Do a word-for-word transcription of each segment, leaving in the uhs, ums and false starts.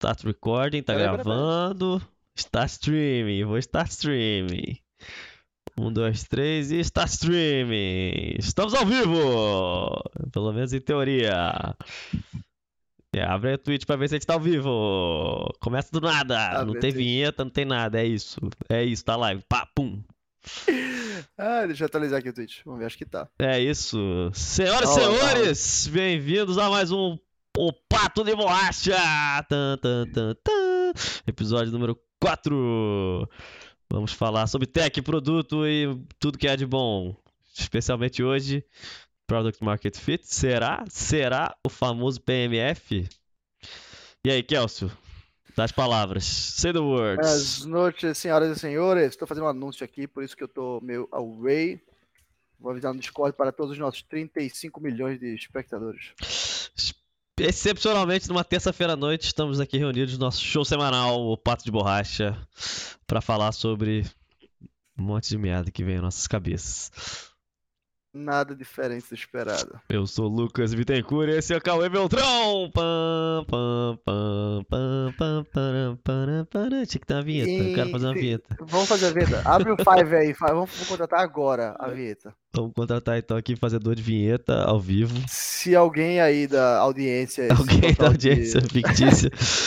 Start recording, tá Peraí, peraí, peraí. gravando. Start streaming, vou start streaming. Um, dois, três e start streaming. Estamos ao vivo! Pelo menos em teoria. É, abre aí o Twitch pra ver se a gente tá ao vivo. Começa do nada. Ah, não meu tem Deus. vinheta, não tem nada. É isso. É isso, tá live. Pá, pum. Ah, deixa eu atualizar aqui o Twitch. Vamos ver, acho que tá. É isso. Senhoras e Tá rolando, tá rolando. senhores, bem-vindos a mais um O Pato de Borracha. Tan, tan, tan, tan. Episódio número quatro. Vamos falar sobre tech, produto e tudo que é de bom. Especialmente hoje, Product Market Fit. Será? Será o famoso P M F? E aí, Kelsio? Das palavras. Say the words. Boas noites, senhoras e senhores. Estou fazendo um anúncio aqui, por isso que eu tô meio away. Vou avisar no Discord para todos os nossos trinta e cinco milhões de espectadores. Excepcionalmente, numa terça-feira à noite, estamos aqui reunidos no nosso show semanal, o Pato de Borracha, para falar sobre um monte de merda que vem às nossas cabeças. Nada diferente do esperado. Eu sou o Lucas Bittencourt e esse é o Cauê Beltrão. Pam, pam, pam, pam, pam, pam, pam, pam. Tinha que ter uma vinheta, eu quero fazer uma E- vinheta. Vamos fazer a vinheta. Abre o Five aí, Five. Vamos vamos contratar agora a vinheta. Vamos contratar então aqui fazedor de vinheta ao vivo. Se alguém aí da audiência. esse Alguém da total de- audiência fictícia.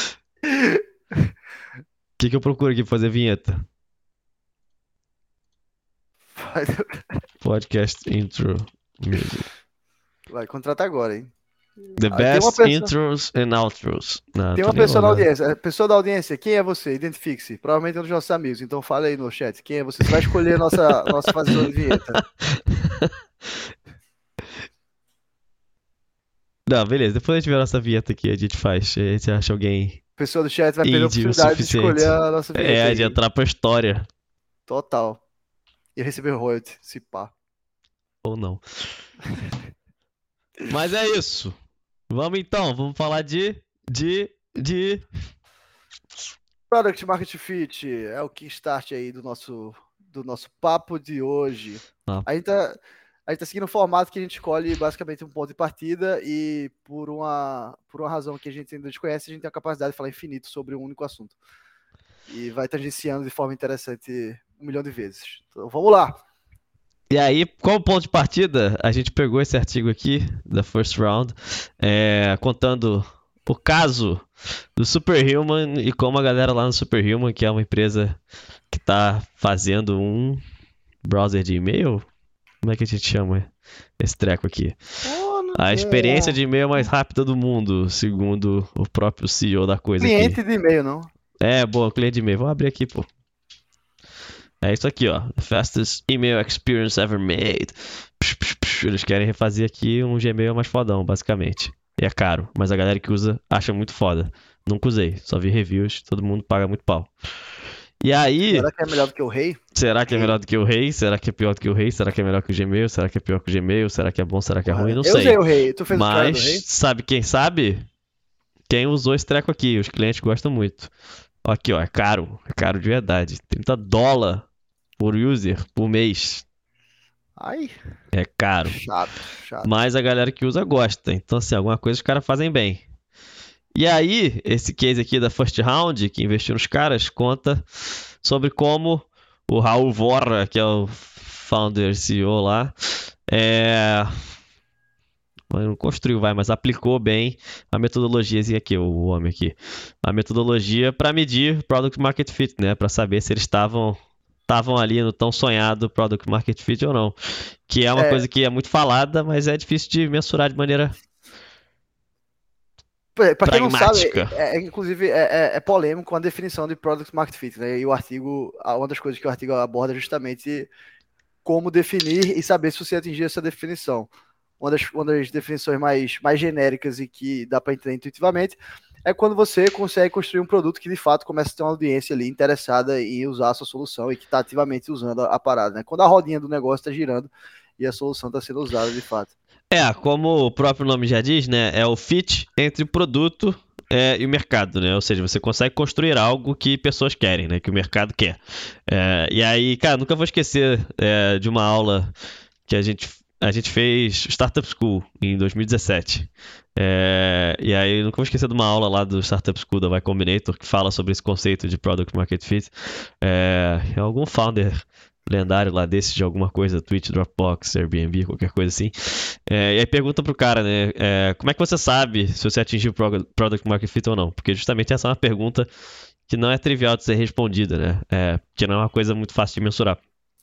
O que, que eu procuro aqui pra fazer vinheta? Faz- Podcast intro music. Vai, contrata agora, hein? The Ah, tem uma best pessoa- intros and outros. Não, Tem tô uma nem pessoa na rolando. audiência. Pessoa da audiência, quem é você? Identifique-se. Provavelmente é um dos nossos amigos. Então fala aí no chat. Quem é você? Você vai escolher a nossa, nossa fazedora de vinheta. Não, beleza. Depois a gente vê a nossa vinheta aqui, a gente faz. A gente acha alguém. A pessoa do chat vai perder a Íntimo o oportunidade de suficiente. escolher a nossa vinheta. É, aí. de entrar pra história. Total. E receber royalty, se pá. Ou não. Mas é isso. Vamos então, vamos falar de. De. De. Product Market Fit é o kickstart aí do nosso, do nosso papo de hoje. Ah. A gente tá, a gente tá seguindo um formato que a gente escolhe basicamente um ponto de partida e por uma, por uma razão que a gente ainda desconhece, a gente tem a capacidade de falar infinito sobre um único assunto. E vai tangenciando de forma interessante um milhão de vezes. Então vamos lá. E aí, como ponto de partida, a gente pegou esse artigo aqui, da First Round, é, contando o caso do Superhuman e como a galera lá no Superhuman, que é uma empresa que tá fazendo um browser de e-mail, como é que a gente chama esse treco aqui? A experiência de e-mail mais rápida do mundo, segundo o próprio C E O da coisa Cliente aqui. de e-mail, não? É, boa, cliente de e-mail. Vamos abrir aqui, pô. É isso aqui, ó. The fastest email experience ever made. Psh, psh, psh. Eles querem refazer aqui um Gmail mais fodão, basicamente. E é caro, mas a galera que usa acha muito foda. Nunca usei, só vi reviews, todo mundo paga muito pau. E aí, Será que é melhor do que o rei? será que é melhor do que o Rei? Será que é pior do que o Rei? Será que é melhor que o Gmail? Será que é pior que o Gmail? Será que é bom? Será que é ruim? Não Eu sei. usei o rei. Tu fez o cara do rei? Mas, sabe quem sabe? Quem usou esse treco aqui. Os clientes gostam muito. Aqui, ó. É caro. É caro de verdade. trinta dólares por user por mês. Ai, É caro. chato, chato. Mas a galera que usa gosta. Então, assim, alguma coisa os caras fazem bem. E aí, esse case aqui da First Round, que investiu nos caras, conta sobre como o Raul Vorra, que é o founder C E O lá, é... não construiu, vai, mas aplicou bem a metodologiazinha aqui, o homem aqui. A metodologia para medir Product Market Fit, né? Para saber se eles estavam estavam ali no tão sonhado Product Market Fit ou não. Que é uma É. coisa que é muito falada, mas é difícil de mensurar de maneira... Pra pra quem não sabe, pragmática. é, é, inclusive é, é- é polêmico a definição de Product Market Fit, né? E o artigo, a- uma das coisas que o artigo aborda é justamente como definir e saber se você atingir essa definição. Uma das, uma das definições mais, mais genéricas e que dá para entender intuitivamente é quando você consegue construir um produto que de fato começa a ter uma audiência ali interessada em usar a sua solução e que está ativamente usando a, a parada, né? Quando a rodinha do negócio está girando e a solução está sendo usada de fato. É, como o próprio nome já diz, né? É o fit entre o produto é, e o mercado, né? Ou seja, você consegue construir algo que pessoas querem, né? Que o mercado quer. É, e aí, cara, nunca vou esquecer é, de uma aula que a gente a gente fez Startup School em dois mil e dezessete. É, e aí, eu nunca vou esquecer de uma aula lá do Startup School da Y Combinator que fala sobre esse conceito de Product Market Fit. É, é algum founder lendário lá desse de alguma coisa, Twitch, Dropbox, Airbnb, qualquer coisa assim. É, e aí pergunta pro cara, né, é, como é que você sabe se você atingiu o Pro- Product Market Fit ou não? Porque justamente essa é uma pergunta que não é trivial de ser respondida, né? É, que não é uma coisa muito fácil de mensurar.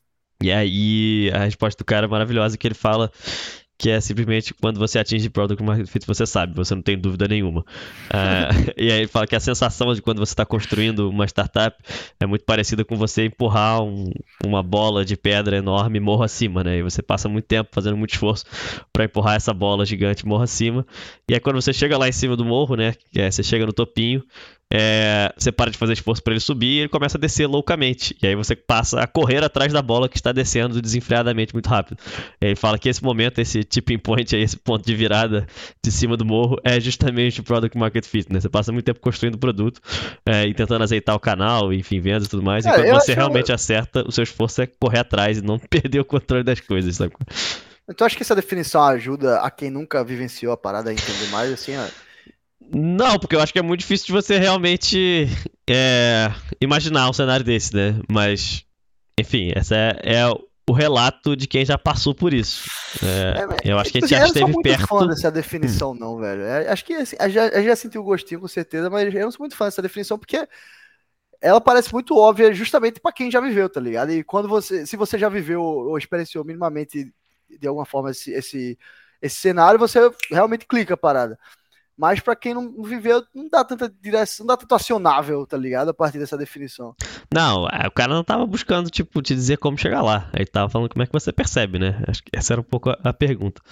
E aí a resposta do cara é maravilhosa, que ele fala que é simplesmente quando você atinge Product Market Fit, você sabe, você não tem dúvida nenhuma. Ah, e aí ele fala que a sensação de quando você está construindo uma startup é muito parecida com você empurrar um- uma bola de pedra enorme morro acima, né? E você passa muito tempo fazendo muito esforço para empurrar essa bola gigante morro acima. E aí quando você chega lá em cima do morro, né? Que é, você chega no topinho, é, você para de fazer esforço para ele subir e ele começa a descer loucamente. E aí você passa a correr atrás da bola que está descendo desenfreadamente muito rápido. E ele fala que esse momento, esse tipping point, aí, esse ponto de virada de cima do morro, é justamente o Product Market Fit, né? Você passa muito tempo construindo o produto é, e tentando azeitar o canal, enfim, vendas e tudo mais. E Cara, quando eu você acho, realmente acerta, o seu esforço é correr atrás e não perder o controle das coisas, sabe? então acho que essa definição ajuda a quem nunca vivenciou a parada a entender mais, assim, ó. Não, porque eu acho que é muito difícil de você realmente é, imaginar um cenário desse, né? Mas, enfim, essa é, é o relato de quem já passou por isso. É, É, mas, eu acho que a tipo gente assim, já eu não sou esteve muito fã perto. dessa definição, não, velho. É, acho que assim, eu já, eu já senti o gostinho, com certeza, mas eu não sou muito fã dessa definição porque ela parece muito óbvia justamente pra quem já viveu, tá ligado? E quando você, se você já viveu ou experienciou minimamente de alguma forma esse, esse, esse cenário, você realmente clica a parada. Mas pra quem não viveu, não dá tanta direção, não dá tanto acionável, tá ligado? A partir dessa definição. Não, é, o cara não tava buscando, tipo, te dizer como chegar lá. Ele tava falando como é que você percebe, né? Acho que essa era um pouco a, a pergunta.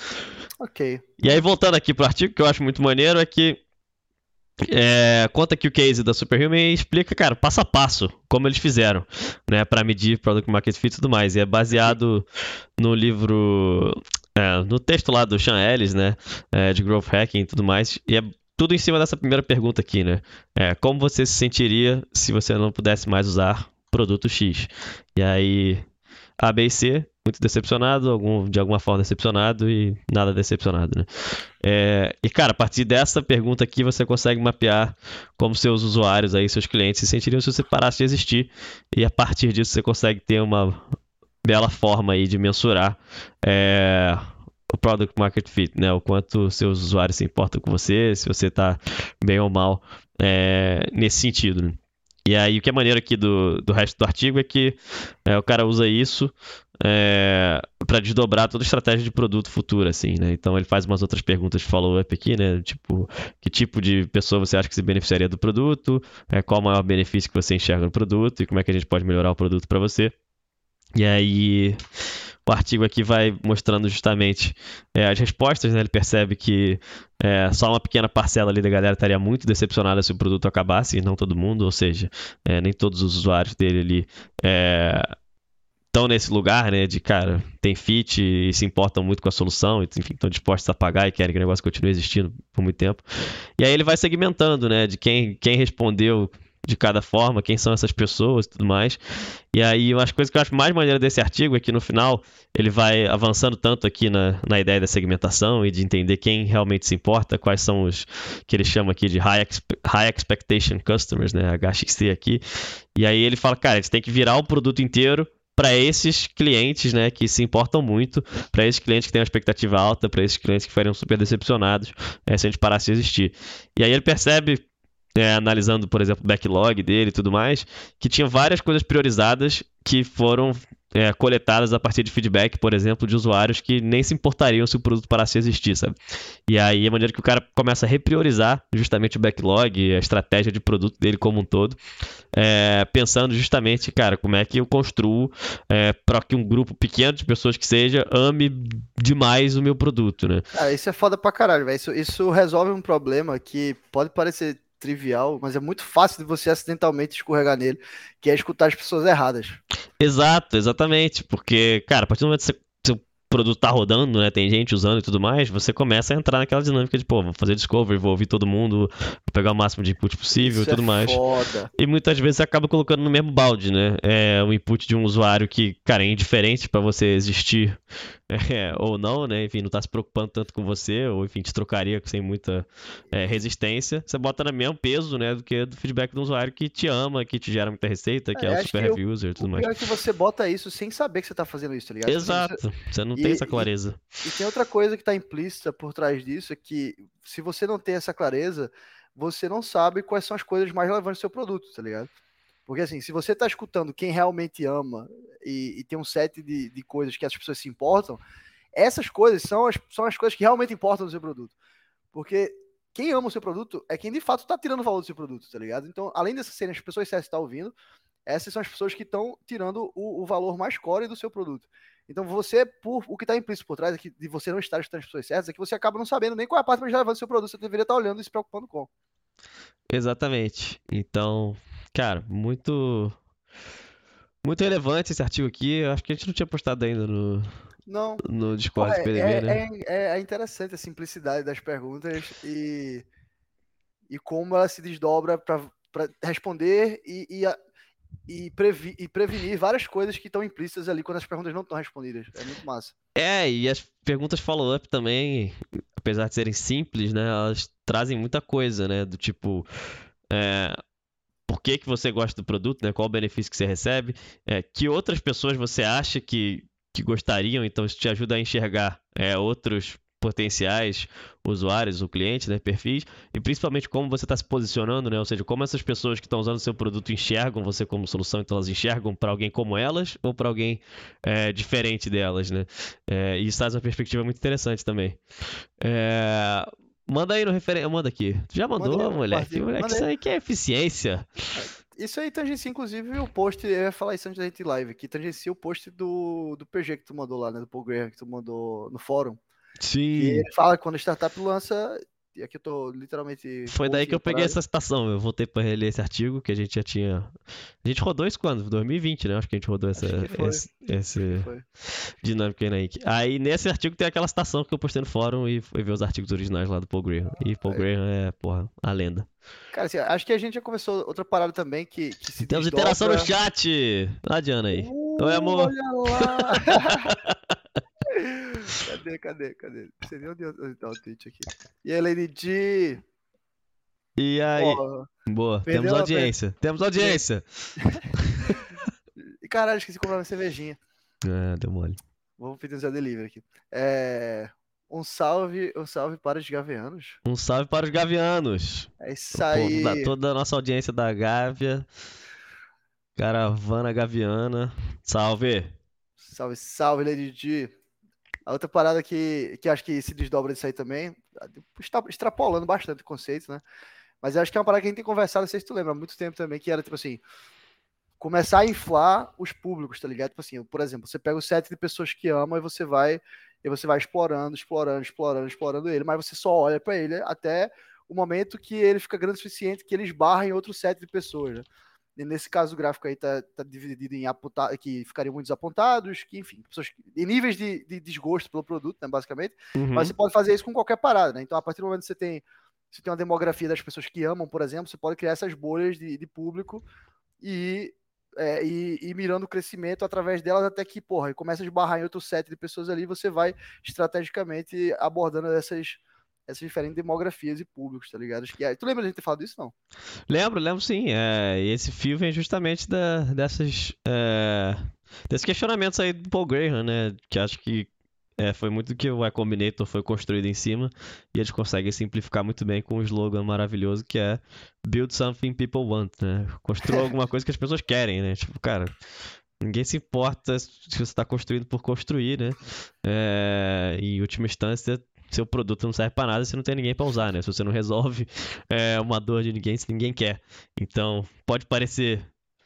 Ok. E aí, voltando aqui pro artigo, que eu acho muito maneiro, é que é, conta aqui o case da Superhuman e explica, cara, passo a passo, como eles fizeram, né, para medir Product Market Fit e tudo mais. E é baseado no livro, é, no texto lá do Sean Ellis, né, é, de Growth Hacking e tudo mais. E é tudo em cima dessa primeira pergunta aqui, né? É, como você se sentiria se você não pudesse mais usar produto X? E aí, A, B e C, muito decepcionado, algum, de alguma forma decepcionado e nada decepcionado, né? É, e, cara, a partir dessa pergunta aqui, você consegue mapear como seus usuários aí, seus clientes se sentiriam se você parasse de existir. E a partir disso, você consegue ter uma bela forma aí de mensurar é, o Product Market Fit, né? O quanto seus usuários se importam com você, se você tá bem ou mal é, nesse sentido, né? E aí, o que é maneiro aqui do, do resto do artigo é que é, o cara usa isso é, para desdobrar toda a estratégia de produto futuro, assim, né? Então ele faz umas outras perguntas de follow-up aqui, né? Tipo, que tipo de pessoa você acha que se beneficiaria do produto? É, qual o maior benefício que você enxerga no produto? E como é que a gente pode melhorar o produto para você? E aí, o artigo aqui vai mostrando justamente é, as respostas, né? Ele percebe que é, só uma pequena parcela ali da galera estaria muito decepcionada se o produto acabasse, e não todo mundo, ou seja, é, nem todos os usuários dele ali é, estão nesse lugar, né, de, cara, tem fit e se importam muito com a solução, e, enfim, estão dispostos a pagar e querem que o negócio continue existindo por muito tempo. E aí ele vai segmentando, né, de quem, quem respondeu de cada forma, quem são essas pessoas e tudo mais. E aí, umas coisas que eu acho mais maneira desse artigo é que no final ele vai avançando tanto aqui na, na ideia da segmentação e de entender quem realmente se importa, quais são os que ele chama aqui de High, Expe- high Expectation Customers, né, H X C aqui. E aí ele fala, cara, você tem que virar o produto inteiro para esses clientes, né, que se importam muito, para esses clientes que têm uma expectativa alta, para esses clientes que ficariam super decepcionados é, se a gente parasse de existir. E aí ele percebe, é, analisando, por exemplo, o backlog dele e tudo mais, que tinha várias coisas priorizadas que foram é, coletadas a partir de feedback, por exemplo, de usuários que nem se importariam se o produto parasse de existir, sabe? E aí, a maneira que o cara começa a repriorizar justamente o backlog, a estratégia de produto dele como um todo, é, pensando justamente, cara, como é que eu construo é, para que um grupo pequeno de pessoas que seja ame demais o meu produto, né? Cara, isso é foda pra caralho, velho. Isso, isso resolve um problema que pode parecer trivial, mas é muito fácil de você acidentalmente escorregar nele, que é escutar as pessoas erradas. Exato, exatamente, porque, cara, a partir do momento que você, seu produto tá rodando, né, tem gente usando e tudo mais, você começa a entrar naquela dinâmica de, pô, vou fazer discovery, vou ouvir todo mundo, vou pegar o máximo de input possível Isso e tudo é mais. foda. E muitas vezes você acaba colocando no mesmo balde, né? É o input de um usuário que, cara, é indiferente para você existir é, ou não, né? Enfim, não tá se preocupando tanto com você, ou enfim, te trocaria sem muita é, resistência. Você bota no mesmo peso, né? Do que do feedback do usuário que te ama, que te gera muita receita, que é É, o acho super que o, heavy user e o tudo mais. pior é que você bota isso sem saber que você tá fazendo isso, tá ligado? Tipo assim, você, Exato, você não tem essa e, e, clareza. e tem outra coisa que tá implícita por trás disso, é que se você não tem essa clareza, você não sabe quais são as coisas mais relevantes do seu produto, tá ligado? Porque assim, se você tá escutando quem realmente ama e, e tem um set de, de coisas que as pessoas se importam, essas coisas são as, são as coisas que realmente importam no seu produto. Porque quem ama o seu produto é quem de fato tá tirando valor do seu produto, tá ligado? Então, além dessas serem as pessoas certas que estão ouvindo, essas são as pessoas que estão tirando o, o valor mais core do seu produto. Então, você, por o que está implícito por trás aqui, de você não estar escutando as pessoas certas, é que você acaba não sabendo nem qual é a parte mais relevante do seu produto. Você deveria estar olhando e se preocupando com. Exatamente. Então, cara, muito muito relevante esse artigo aqui. Eu acho que a gente não tinha postado ainda no, Não. no Pô, Discord do é, P D B, né? é, é, é interessante a simplicidade das perguntas e, e como ela se desdobra para responder e, e, e, previ, e prevenir várias coisas que estão implícitas ali quando as perguntas não estão respondidas. É muito massa. É, e as perguntas follow-up também, apesar de serem simples, né? Elas trazem muita coisa, né? Do tipo, é, por que que você gosta do produto, né? Qual o benefício que você recebe? É, que outras pessoas você acha que, que gostariam? Então isso te ajuda a enxergar é, outros potenciais usuários, ou clientes, né, perfis, e principalmente como você está se posicionando, né, ou seja, como essas pessoas que estão usando o seu produto enxergam você como solução, então elas enxergam para alguém como elas ou para alguém é, diferente delas, né, é, e isso traz uma perspectiva muito interessante também. É, manda aí no referência, manda aqui. Tu já Mandei mandou, o moleque? artigo. Moleque, isso Mandei. aí que é eficiência. Isso aí tangencia, inclusive, o post. Eu ia falar isso antes da gente ir live aqui. Tangencia o post do, do P G que tu mandou lá, né? Do Paul Graham que tu mandou no fórum. Que Sim. ele fala que quando a startup lança. E aqui eu tô literalmente Foi daí que quoting eu a peguei parada. essa citação. Eu voltei pra reler esse artigo que a gente já tinha. A gente rodou isso quando? dois mil e vinte, né? Acho que a gente rodou essa, Acho que foi. esse, Acho que esse foi. dinâmica aí na Ike. Aí nesse artigo tem aquela citação que eu postei no fórum e fui ver os artigos originais lá do Paul Graham. E Paul Aí. Graham é, porra, a lenda. Cara, assim, acho que a gente já começou outra parada também que, que se Temos interação no desdobra. chat! Olha a Diana aí. Oi, Uh, amor. olha lá! Cadê, cadê, cadê? Não sei nem onde, onde tá o tweet aqui. E aí, Lady G? E aí? Ó, Boa, temos perdeu a. Per... audiência. Temos per- audiência! E caralho, esqueci de comprar uma cervejinha. Ah, deu mole. Vou pedir um Zé Delivery aqui. É... Um salve, um salve para os gavianos. Um salve para os gavianos. É isso O povo da, aí. toda a nossa audiência da Gávea. Caravana Gaviana. Salve! Salve, salve, Lady Di. A outra parada que, que acho que se desdobra disso aí também, está extrapolando bastante o conceito, né? Mas eu acho que é uma parada que a gente tem conversado, não sei se tu lembra, há muito tempo também, que era tipo assim, começar a inflar os públicos, tá ligado? Tipo assim, por exemplo, você pega o set de pessoas que amam e você vai e você vai explorando, explorando, explorando, explorando ele, mas você só olha para ele até o momento que ele fica grande o suficiente que ele esbarra em outro set de pessoas, né? E nesse caso o gráfico aí tá, tá dividido em apontados que ficariam muito desapontados, que enfim, pessoas em níveis de, de desgosto pelo produto, né, basicamente. Mas Uhum. você pode fazer isso com qualquer parada, né? Então a partir do momento que você tem você tem uma demografia das pessoas que amam, por exemplo, você pode criar essas bolhas de, de público e, é, e, e mirando o crescimento através delas até que, porra, começa a esbarrar em outro set de pessoas ali, você vai estrategicamente abordando essas, essas diferentes demografias e públicos, tá ligado? Acho que, é- tu lembra de a gente ter falado disso, não? Lembro, lembro sim. É, e esse fio vem justamente da, dessas, é, desses questionamentos aí do Paul Graham, né? Que acho que é, foi muito do que o Y Combinator foi construído em cima. E eles conseguem simplificar muito bem com um slogan maravilhoso que é Build something people want, né? Construa alguma coisa que as pessoas querem, né? Tipo, cara, ninguém se importa se você está construindo por construir, né? É, em última instância, seu produto não serve para nada se não tem ninguém para usar, né? Se você não resolve é, uma dor de ninguém, se ninguém quer. Então, pode parecer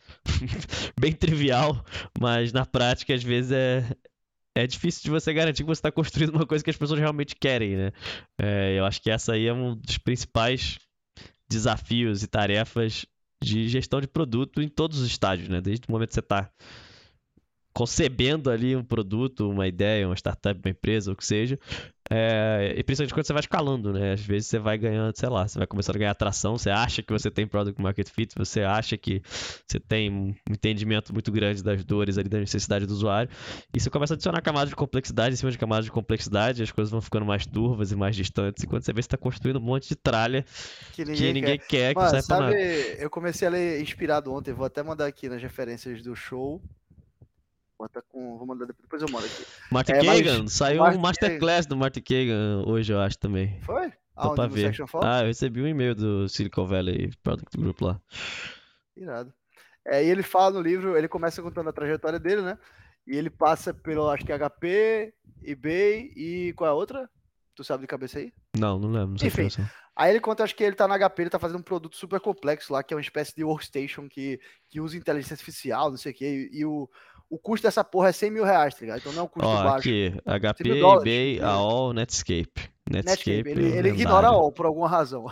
bem trivial, mas na prática, às vezes, é, é difícil de você garantir que você está construindo uma coisa que as pessoas realmente querem, né? É, eu acho que essa aí é um dos principais desafios e tarefas de gestão de produto em todos os estágios, né? Desde o momento que você está concebendo ali um produto, uma ideia, uma startup, uma empresa, o que seja. É, e principalmente quando você vai escalando, né? Às vezes você vai ganhando, sei lá, você vai começando a ganhar atração, você acha que você tem product market fit, você acha que você tem um entendimento muito grande das dores ali, da necessidade do usuário, e você começa a adicionar camadas de complexidade em cima de camadas de complexidade, as coisas vão ficando mais turvas e mais distantes, e quando você vê, você está construindo um monte de tralha Que que ninguém ninguém quer. quer, que não Mano, serve pra sabe, nada. eu comecei a ler inspirado ontem, vou até mandar aqui nas referências do show. Vou, até com, vou mandar depois eu mando aqui. Martin É, mas Kagan, o saiu um Martin Kagan- masterclass do Martin Kagan hoje, eu acho, também. foi? Tô pra Aonde? No ver. Section quatro? Ah, eu recebi um e-mail do Silicon Valley Product Group lá. Irado. É, e ele fala no livro, ele começa contando a trajetória dele, né? E ele passa pelo, acho que H P, eBay e qual é a outra? Tu sabe de cabeça aí? Não, não lembro, não sei de Enfim, cabeça, não. aí ele conta, acho que ele tá na H P, ele tá fazendo um produto super complexo lá, que é uma espécie de workstation que, que usa inteligência artificial, não sei o quê, e, e o, o custo dessa porra é cem mil reais, tá ligado? Então não é um custo Ó, baixo. aqui, cem mil H P, dólares. eBay, De... A O L, Netscape. Netscape, Netscape, ele, o ele ignora a lendário. all por alguma razão.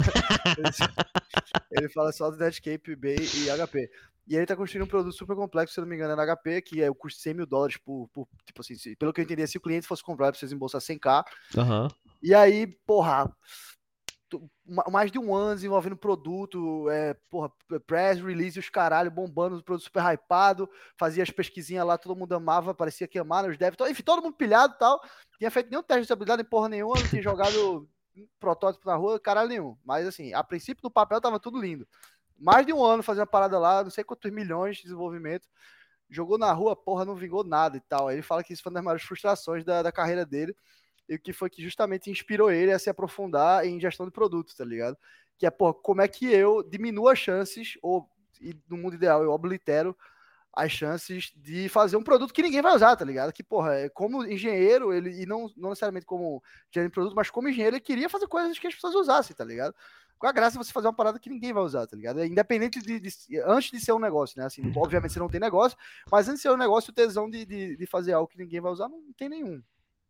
Ele fala só do Netscape, eBay e H P. E ele tá construindo um produto super complexo, se eu não me engano, é na H P, que é o custo de cem mil dólares por, por tipo assim, se, pelo que eu entendi, se o cliente fosse comprar, ele precisa embolsar cem k. Aham. E aí, porra, tu- ma- mais de um ano desenvolvendo produto, é, porra, press release, os caralho, bombando, o produto super hypado, fazia as pesquisinhas lá, todo mundo amava, parecia que amava os devs, enfim, todo mundo pilhado e tal, tinha feito nenhum teste de habilidade, nem porra nenhuma, não tinha jogado protótipo na rua, caralho nenhum. Mas assim, a princípio no papel tava tudo lindo. Mais de um ano fazendo a parada lá, não sei quantos milhões de desenvolvimento, jogou na rua, porra, não vingou nada e tal. Aí ele fala que isso foi uma das maiores frustrações da, da carreira dele, e que foi que justamente inspirou ele a se aprofundar em gestão de produtos, tá ligado? Que é, pô, como é que eu diminuo as chances, ou e no mundo ideal eu oblitero as chances de fazer um produto que ninguém vai usar, tá ligado? Que, porra, é como engenheiro, ele, e não, não necessariamente como engenheiro de produto, mas como engenheiro, ele queria fazer coisas que as pessoas usassem, tá ligado? Qual a graça de você fazer uma parada que ninguém vai usar, tá ligado? É independente de, de, antes de ser um negócio, né? Assim, obviamente você não tem negócio, mas antes de ser um negócio, o tesão de, de, de fazer algo que ninguém vai usar não tem nenhum.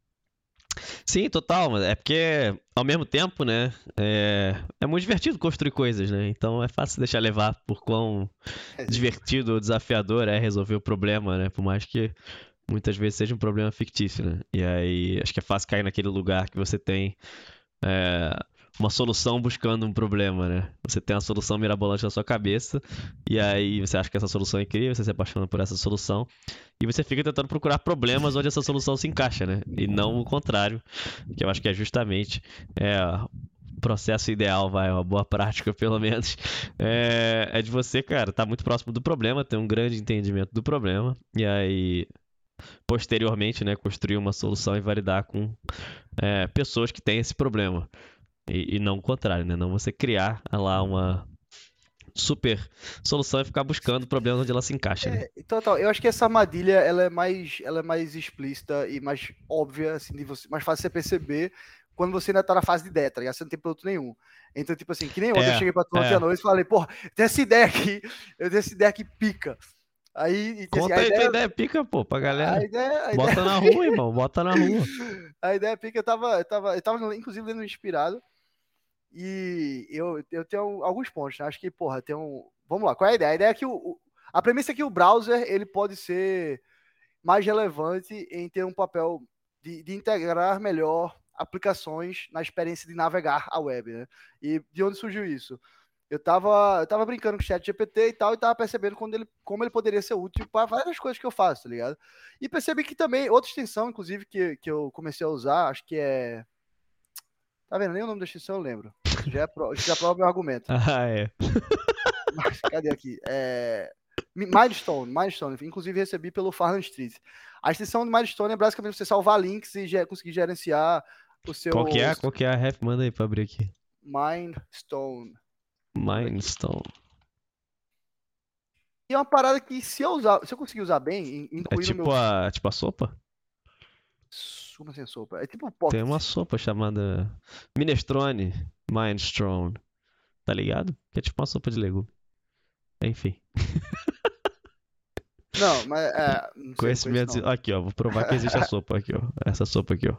Sim, total, mas é porque ao mesmo tempo, né, é, é muito divertido construir coisas, né? Então é fácil deixar levar por quão divertido ou desafiador é resolver o problema, né? Por mais que muitas vezes seja um problema fictício, né? E aí acho que é fácil cair naquele lugar que você tem é, uma solução buscando um problema, né? Você tem uma solução mirabolante na sua cabeça e aí você acha que essa solução é incrível, você se apaixona por essa solução e você fica tentando procurar problemas onde essa solução se encaixa, né? E não o contrário, que eu acho que é justamente é, o processo ideal, vai, uma boa prática pelo menos, é, é de você, cara, tá muito próximo do problema, ter um grande entendimento do problema e aí posteriormente, né, construir uma solução e validar com é, pessoas que têm esse problema. E, e não o contrário, né? Não você criar lá uma super solução e ficar buscando problemas onde ela se encaixa, né? É, total, eu acho que essa armadilha ela é mais, ela é mais explícita e mais óbvia, assim, de você, mais fácil de você perceber quando você ainda tá na fase de ideia, tá ligado? Você não tem produto nenhum. Então, tipo assim, que nem ontem eu É, cheguei pra tu ontem é. à noite e falei, porra, tem essa ideia aqui, eu tenho essa ideia que pica. Aí, e, Conta assim, a aí tua ideia, ideia, pica, pô, pra a galera. ideia, a Bota ideia, na rua, irmão, bota na rua. a ideia pica, eu tava, eu tava, eu tava inclusive lendo Inspirado, e eu, eu tenho alguns pontos, né? Acho que, porra, tem um. Vamos lá, qual é a ideia? A ideia é que o, o- a premissa é que o browser ele pode ser mais relevante em ter um papel de, de integrar melhor aplicações na experiência de navegar a web, né? E de onde surgiu isso? Eu tava, eu tava brincando com o chat G P T e tal, e tava percebendo quando ele, como ele poderia ser útil para várias coisas que eu faço, tá ligado? E percebi que também, outra extensão, inclusive, que, que eu comecei a usar, acho que é. Tá vendo? Nem o nome da extensão eu lembro. Isso já, é pro, isso já prova meu argumento. Ah, é. Mas, cadê aqui? É... Milestone, Milestone, inclusive recebi pelo Farnham Street. A extensão de Milestone é basicamente você salvar links e ge- conseguir gerenciar o Qual que seu é? Qual que é a ref? Manda aí pra abrir aqui. Milestone. Olha aqui. Mindstone. E é uma parada que se eu usar, se eu conseguir usar bem, in- É incluir no meu. tipo a, tipo a sopa? Como assim, sopa? É tipo um Tem pocket. uma sopa chamada Minestrone Mindstone. Tá ligado? Que é tipo uma sopa de legume. Enfim. Não, mas é, não sei, não conheço Conhecimentos. não. Aqui, ó. Vou provar que existe a sopa aqui, ó. Essa sopa aqui, ó.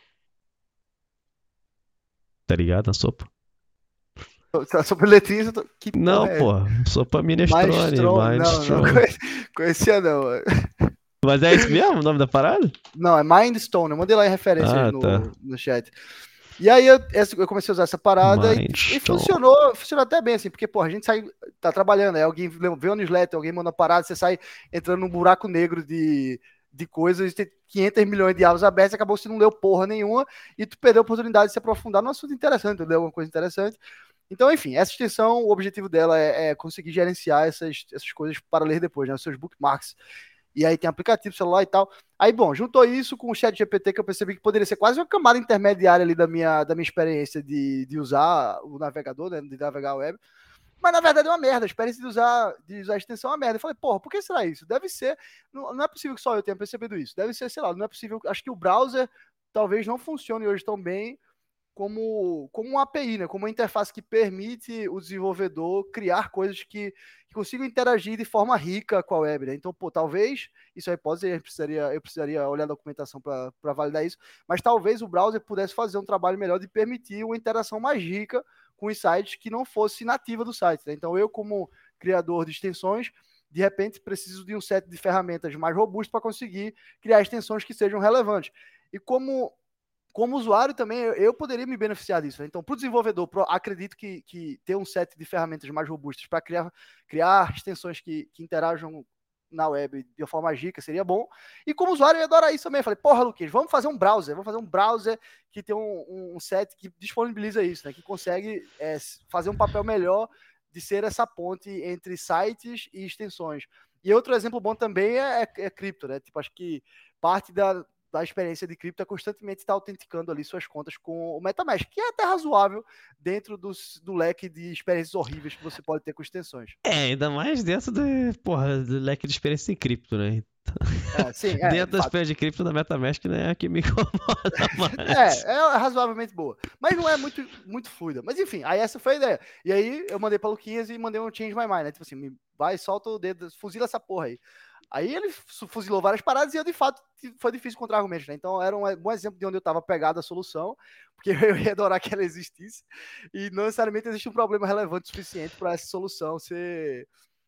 Tá ligado? A sopa? Sobre letrinhas, eu tô... que Não, porra é pô. essa? Sopa minestrone. Minestrone, não, não Minestrone. conhecia, conhecia não. Mas é isso mesmo o nome da parada? Não, é Mindstone. Eu mandei lá em referências Ah, tá. no, no chat. E aí eu, eu comecei a usar essa parada e, e Milestone. funcionou, funcionou até bem, assim, porque, pô, a gente sai, tá trabalhando, aí alguém vê um newsletter, alguém manda uma parada, você sai entrando num buraco negro de, de coisas, tem quinhentos milhões de abas abertas, acabou que você não leu porra nenhuma e tu perdeu a oportunidade de se aprofundar num assunto interessante, ler alguma coisa interessante. Então, enfim, essa extensão, o objetivo dela é, é conseguir gerenciar essas, essas coisas para ler depois, né, os seus bookmarks. E aí tem aplicativo, celular e tal. Aí, bom, juntou isso com o chat G P T, que eu percebi que poderia ser quase uma camada intermediária ali da minha, da minha experiência de, de usar o navegador, né, de navegar a web. Mas, na verdade, é uma merda. A experiência de usar, de usar a extensão é uma merda. Eu falei, porra, por que será isso? Deve ser... Não, não é possível que só eu tenha percebido isso. Deve ser, sei lá, não é possível... Acho que o browser talvez não funcione hoje tão bem como, como uma A P I, né? Como uma interface que permite o desenvolvedor criar coisas que, que consigam interagir de forma rica com a web, né? Então, pô, talvez, isso aí pode ser, eu precisaria, eu precisaria olhar a documentação para validar isso, mas talvez o browser pudesse fazer um trabalho melhor de permitir uma interação mais rica com os sites que não fosse nativa do site, né? Então, eu, como criador de extensões, de repente preciso de um set de ferramentas mais robusto para conseguir criar extensões que sejam relevantes. E como como usuário também, eu poderia me beneficiar disso. Né? Então, para o desenvolvedor, pro, acredito que, que ter um set de ferramentas mais robustas para criar, criar extensões que, que interajam na web de uma forma mais rica seria bom. E como usuário, eu ia adorar isso também. Eu falei, porra, Luquinhas, vamos fazer um browser. Vamos fazer um browser que tem um, um set que disponibiliza isso, né? Que consegue é, fazer um papel melhor de ser essa ponte entre sites e extensões. E outro exemplo bom também é, é, é cripto, né? Tipo, acho que parte da, da experiência de cripto é constantemente estar autenticando ali suas contas com o MetaMask, que é até razoável dentro dos, do leque de experiências horríveis que você pode ter com extensões. É, ainda mais dentro do, porra, do leque de experiência em cripto, né? É, sim, é, Dentro de da fato. experiência de cripto da MetaMask, né, é a que me incomoda mais. É, é razoavelmente boa. Mas não é muito, muito fluida. Mas enfim, aí essa foi a ideia. E aí eu mandei para o Luquinhas e mandei um change my mind, né? Tipo assim, vai, solta o dedo, fuzila essa porra aí. Aí ele fuzilou várias paradas e eu, de fato, foi difícil encontrar argumentos, né? Então era um bom exemplo de onde eu estava pegado a solução, porque eu ia adorar que ela existisse, e não necessariamente existe um problema relevante o suficiente para essa solução ser,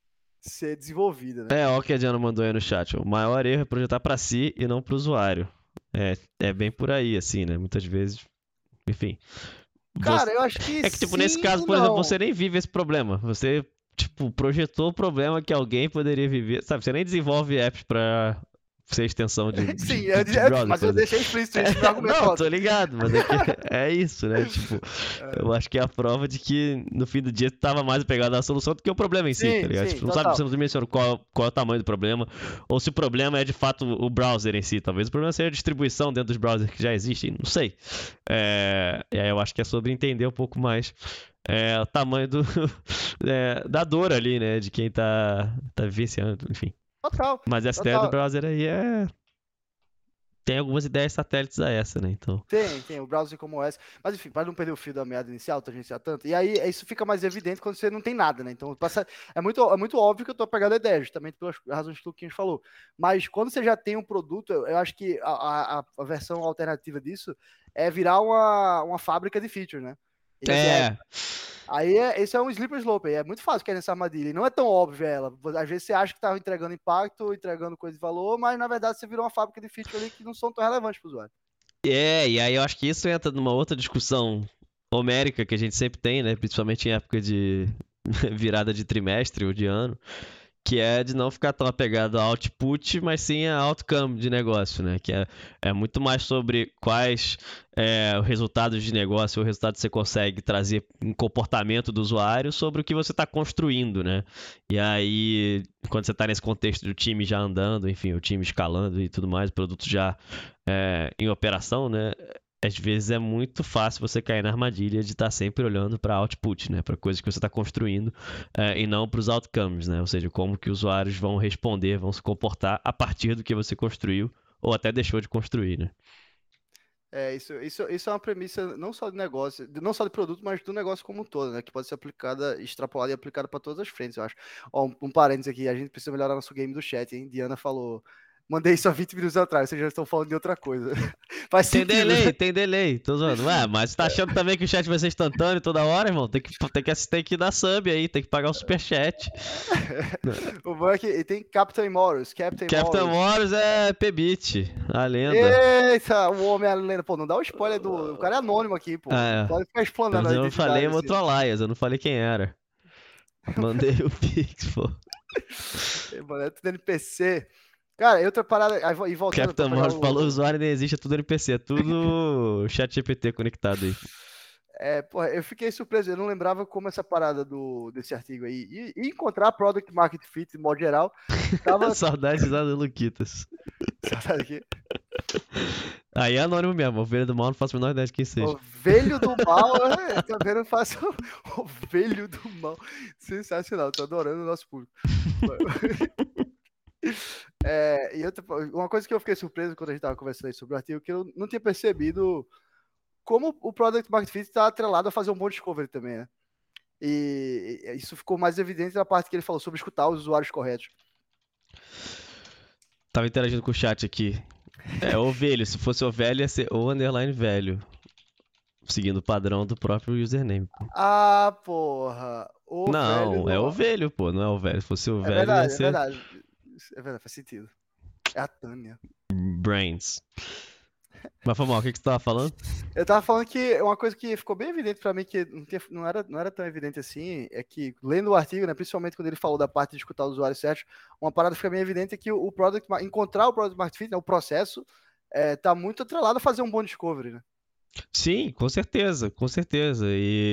ser desenvolvida, né? É, ó o que a Diana mandou aí no chat. O maior erro é projetar pra si e não pro usuário. É, é bem por aí, assim, né? Muitas vezes, enfim. Você... Cara, eu acho que É que, tipo, nesse sim caso, e por exemplo, você não. nem vive esse problema. Você, tipo, projetou o problema que alguém poderia viver. Sabe, você nem desenvolve apps pra ser extensão de, de, Sim, eu, de eu, browser, mas por eu exemplo. deixei explícito isso no meu É, argumento não, tô ontem. ligado, mas é que é isso, né? Tipo, É, eu acho que é a prova de que no fim do dia tu tava mais apegado à solução do que o problema em si, tá sim, ligado? sim, Tipo, não sabe, você total. não menciona qual, qual é o tamanho do problema, ou se o problema é de fato o browser em si. Talvez o problema seja a distribuição dentro dos browsers que já existem, não sei. É, e aí eu acho que é sobre entender um pouco mais é, o tamanho do, é, da dor ali, né? De quem tá, tá vivenciando, enfim. Total, Mas essa ideia do total. browser aí é. Tem algumas ideias satélites a essa, né? Então. Tem, tem, o browser como o S. Mas enfim, para não perder o fio da meada inicial, tangenciar tanto. E aí isso fica mais evidente quando você não tem nada, né? Então passa, é, muito, é muito óbvio que eu tô pegando a ideia, justamente pelas razões que o Luquinhas falou. Mas quando você já tem um produto, eu, eu acho que a, a, a versão alternativa disso é virar uma, uma fábrica de features, né? E assim, é, É. aí é, esse é um slippery slope, é muito fácil cair nessa armadilha. E não é tão óbvio ela. Às vezes você acha que está entregando impacto, entregando coisa de valor, mas na verdade você virou uma fábrica de features ali que não são tão relevantes para o usuário. É, e aí eu acho que isso entra numa outra discussão homérica que a gente sempre tem, né? Principalmente em época de virada de trimestre ou de ano, que é de não ficar tão apegado ao output, mas sim a outcome de negócio, né? Que é, é muito mais sobre quais é, os resultados de negócio, o resultado que você consegue trazer em comportamento do usuário sobre o que você está construindo, né? E aí, quando você está nesse contexto do time já andando, enfim, o time escalando e tudo mais, o produto já é, em operação, né? Às vezes é muito fácil você cair na armadilha de estar sempre olhando para output, né? Para coisas que você está construindo é, e não para os outcomes, né? Ou seja, como que os usuários vão responder, vão se comportar a partir do que você construiu ou até deixou de construir, né? É, isso, isso, isso é uma premissa não só de negócio, de- não só de produto, mas do negócio como um todo, né? Que pode ser aplicada, extrapolada e aplicada para todas as frentes, eu acho. Ó, um, um parênteses aqui, a gente precisa melhorar nosso game do chat, hein? Diana falou. Mandei isso há vinte minutos atrás, vocês já estão falando de outra coisa. Faz Tem sentido, delay, né? tem delay. Tô zoando. Ué, mas você tá achando também que o chat vai ser instantâneo toda hora, irmão? Tem que, tem que, assistir- tem que dar sub aí, tem que pagar o superchat. O bom é que e tem Captain Morris, Captain Captain Morris. Morris é P-Bit, a lenda. Eita, o Homem-Lenda. Pô, não dá o spoiler do. O cara é anônimo aqui, pô. Não É, pode ficar explanando mas a eu não falei identidade o assim. outro Alias, eu não falei quem era. Mandei o Pix, pô. Mano, é tudo N P C. Cara, e outra parada. Aí, vo- e voltando pra Captain pegar Morris falou, o o. usuário nem existe, é tudo N P C, é tudo chat G P T conectado aí. É, porra, eu fiquei surpreso, eu não lembrava como essa parada do, desse artigo aí. E, e encontrar Product Market Fit, de modo geral, tava. Saudades da Luquitas. Sabe aqui? Aí é anônimo mesmo, ovelha do mal, não faço a menor ideia de quem seja. Ovelho do mal, é, também não faço. Ovelho do mal. Sensacional, tô adorando o nosso público. É, e outra, uma coisa que eu fiquei surpreso quando a gente tava conversando aí sobre o artigo, que eu não tinha percebido como o Product Market Fit está atrelado a fazer um bom discovery também, né? E isso ficou mais evidente na parte que ele falou sobre escutar os usuários corretos. Tava interagindo com o chat aqui. É ovelho, se fosse ovelho ia ser o underline velho. Seguindo o padrão do próprio username. Pô. Ah, porra. O velho Não, do é mal. ovelho, pô, não é o velho. Se fosse o É velho ia verdade, é ser verdade. É verdade, faz sentido. É a Tânia. brains. Mas foi mal, o que, que você tava falando? Eu tava falando que uma coisa que ficou bem evidente pra mim, que não, tinha- não era, não era tão evidente assim, é que, lendo o artigo, né, principalmente quando ele falou da parte de escutar os usuários certos, uma parada que fica bem evidente é que o, o product, ma- encontrar o Product Market Fit, né, o processo, é, tá muito atrelado a fazer um bom discovery, né? Sim, com certeza, com certeza.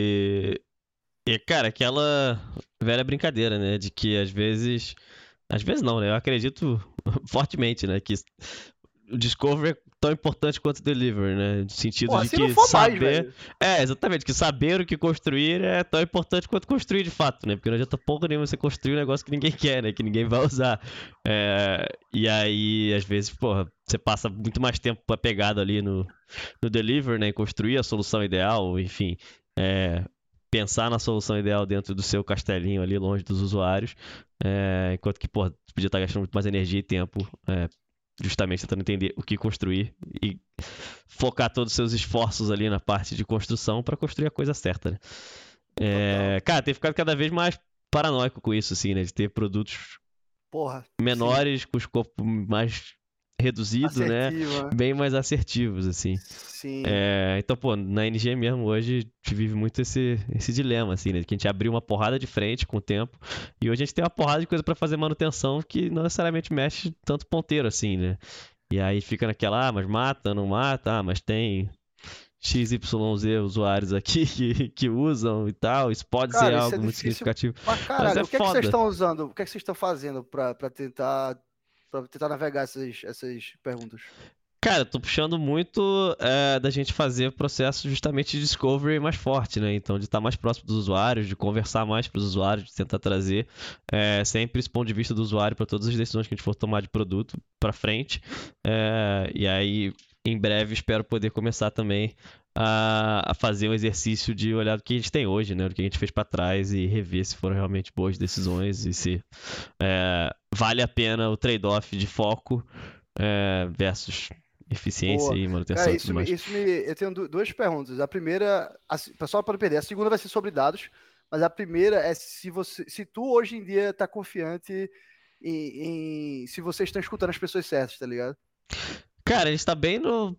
E, e, cara, aquela velha brincadeira, né? De que às vezes. Às vezes não, né? Eu acredito fortemente, né? Que o Discovery é tão importante quanto o Delivery, né? No sentido Porra, de se não que for mais, saber. velho. É, exatamente, que saber o que construir é tão importante quanto construir de fato, né? Porque não adianta pouco nenhuma você construir um negócio que ninguém quer, né? Que ninguém vai usar. É, e aí, às vezes, porra, você passa muito mais tempo apegado ali no, no Delivery, né? Em construir a solução ideal, enfim. É, pensar na solução ideal dentro do seu castelinho ali, longe dos usuários. É, enquanto que, porra, você podia estar gastando muito mais energia e tempo é, justamente tentando entender o que construir e focar todos os seus esforços ali na parte de construção para construir a coisa certa, né? Total. É, cara, tem ficado cada vez mais paranoico com isso, assim, né? De ter produtos Porra, sim. menores, com escopo mais reduzido, né? Assertiva. Bem mais assertivos, assim. Sim. É, então, pô, na N G mesmo, hoje, a gente vive muito esse, esse dilema, assim, né? Que a gente abriu uma porrada de frente com o tempo, e hoje a gente tem uma porrada de coisa pra fazer manutenção que não necessariamente mexe tanto ponteiro, assim, né? E aí fica naquela, ah, mas mata, não mata, ah, mas tem X Y Z usuários aqui que, que usam e tal, isso pode ser Cara, isso é algo muito difícil significativo, pra mas caralho. é O que é que vocês foda. estão usando? O que é que vocês estão fazendo pra, pra tentar para tentar navegar essas, essas perguntas? Cara, eu tô puxando muito é, da gente fazer o processo justamente de discovery mais forte, né? Então, de estar mais próximo dos usuários, de conversar mais para os usuários, de tentar trazer é, sempre esse ponto de vista do usuário para todas as decisões que a gente for tomar de produto para frente. É, e aí, em breve, espero poder começar também a, a fazer um exercício de olhar do que a gente tem hoje, né? Do que a gente fez para trás e rever se foram realmente boas decisões e se é, vale a pena o trade-off de foco é, versus eficiência Boa. e Cara, manutenção e tudo isso me, mais. isso me. Eu tenho du- duas perguntas. A primeira, assim, só para não perder, a segunda vai ser sobre dados, mas a primeira é se você, se tu hoje em dia tá confiante em, em- se vocês estão escutando as pessoas certas, tá ligado? Cara, a gente tá bem no.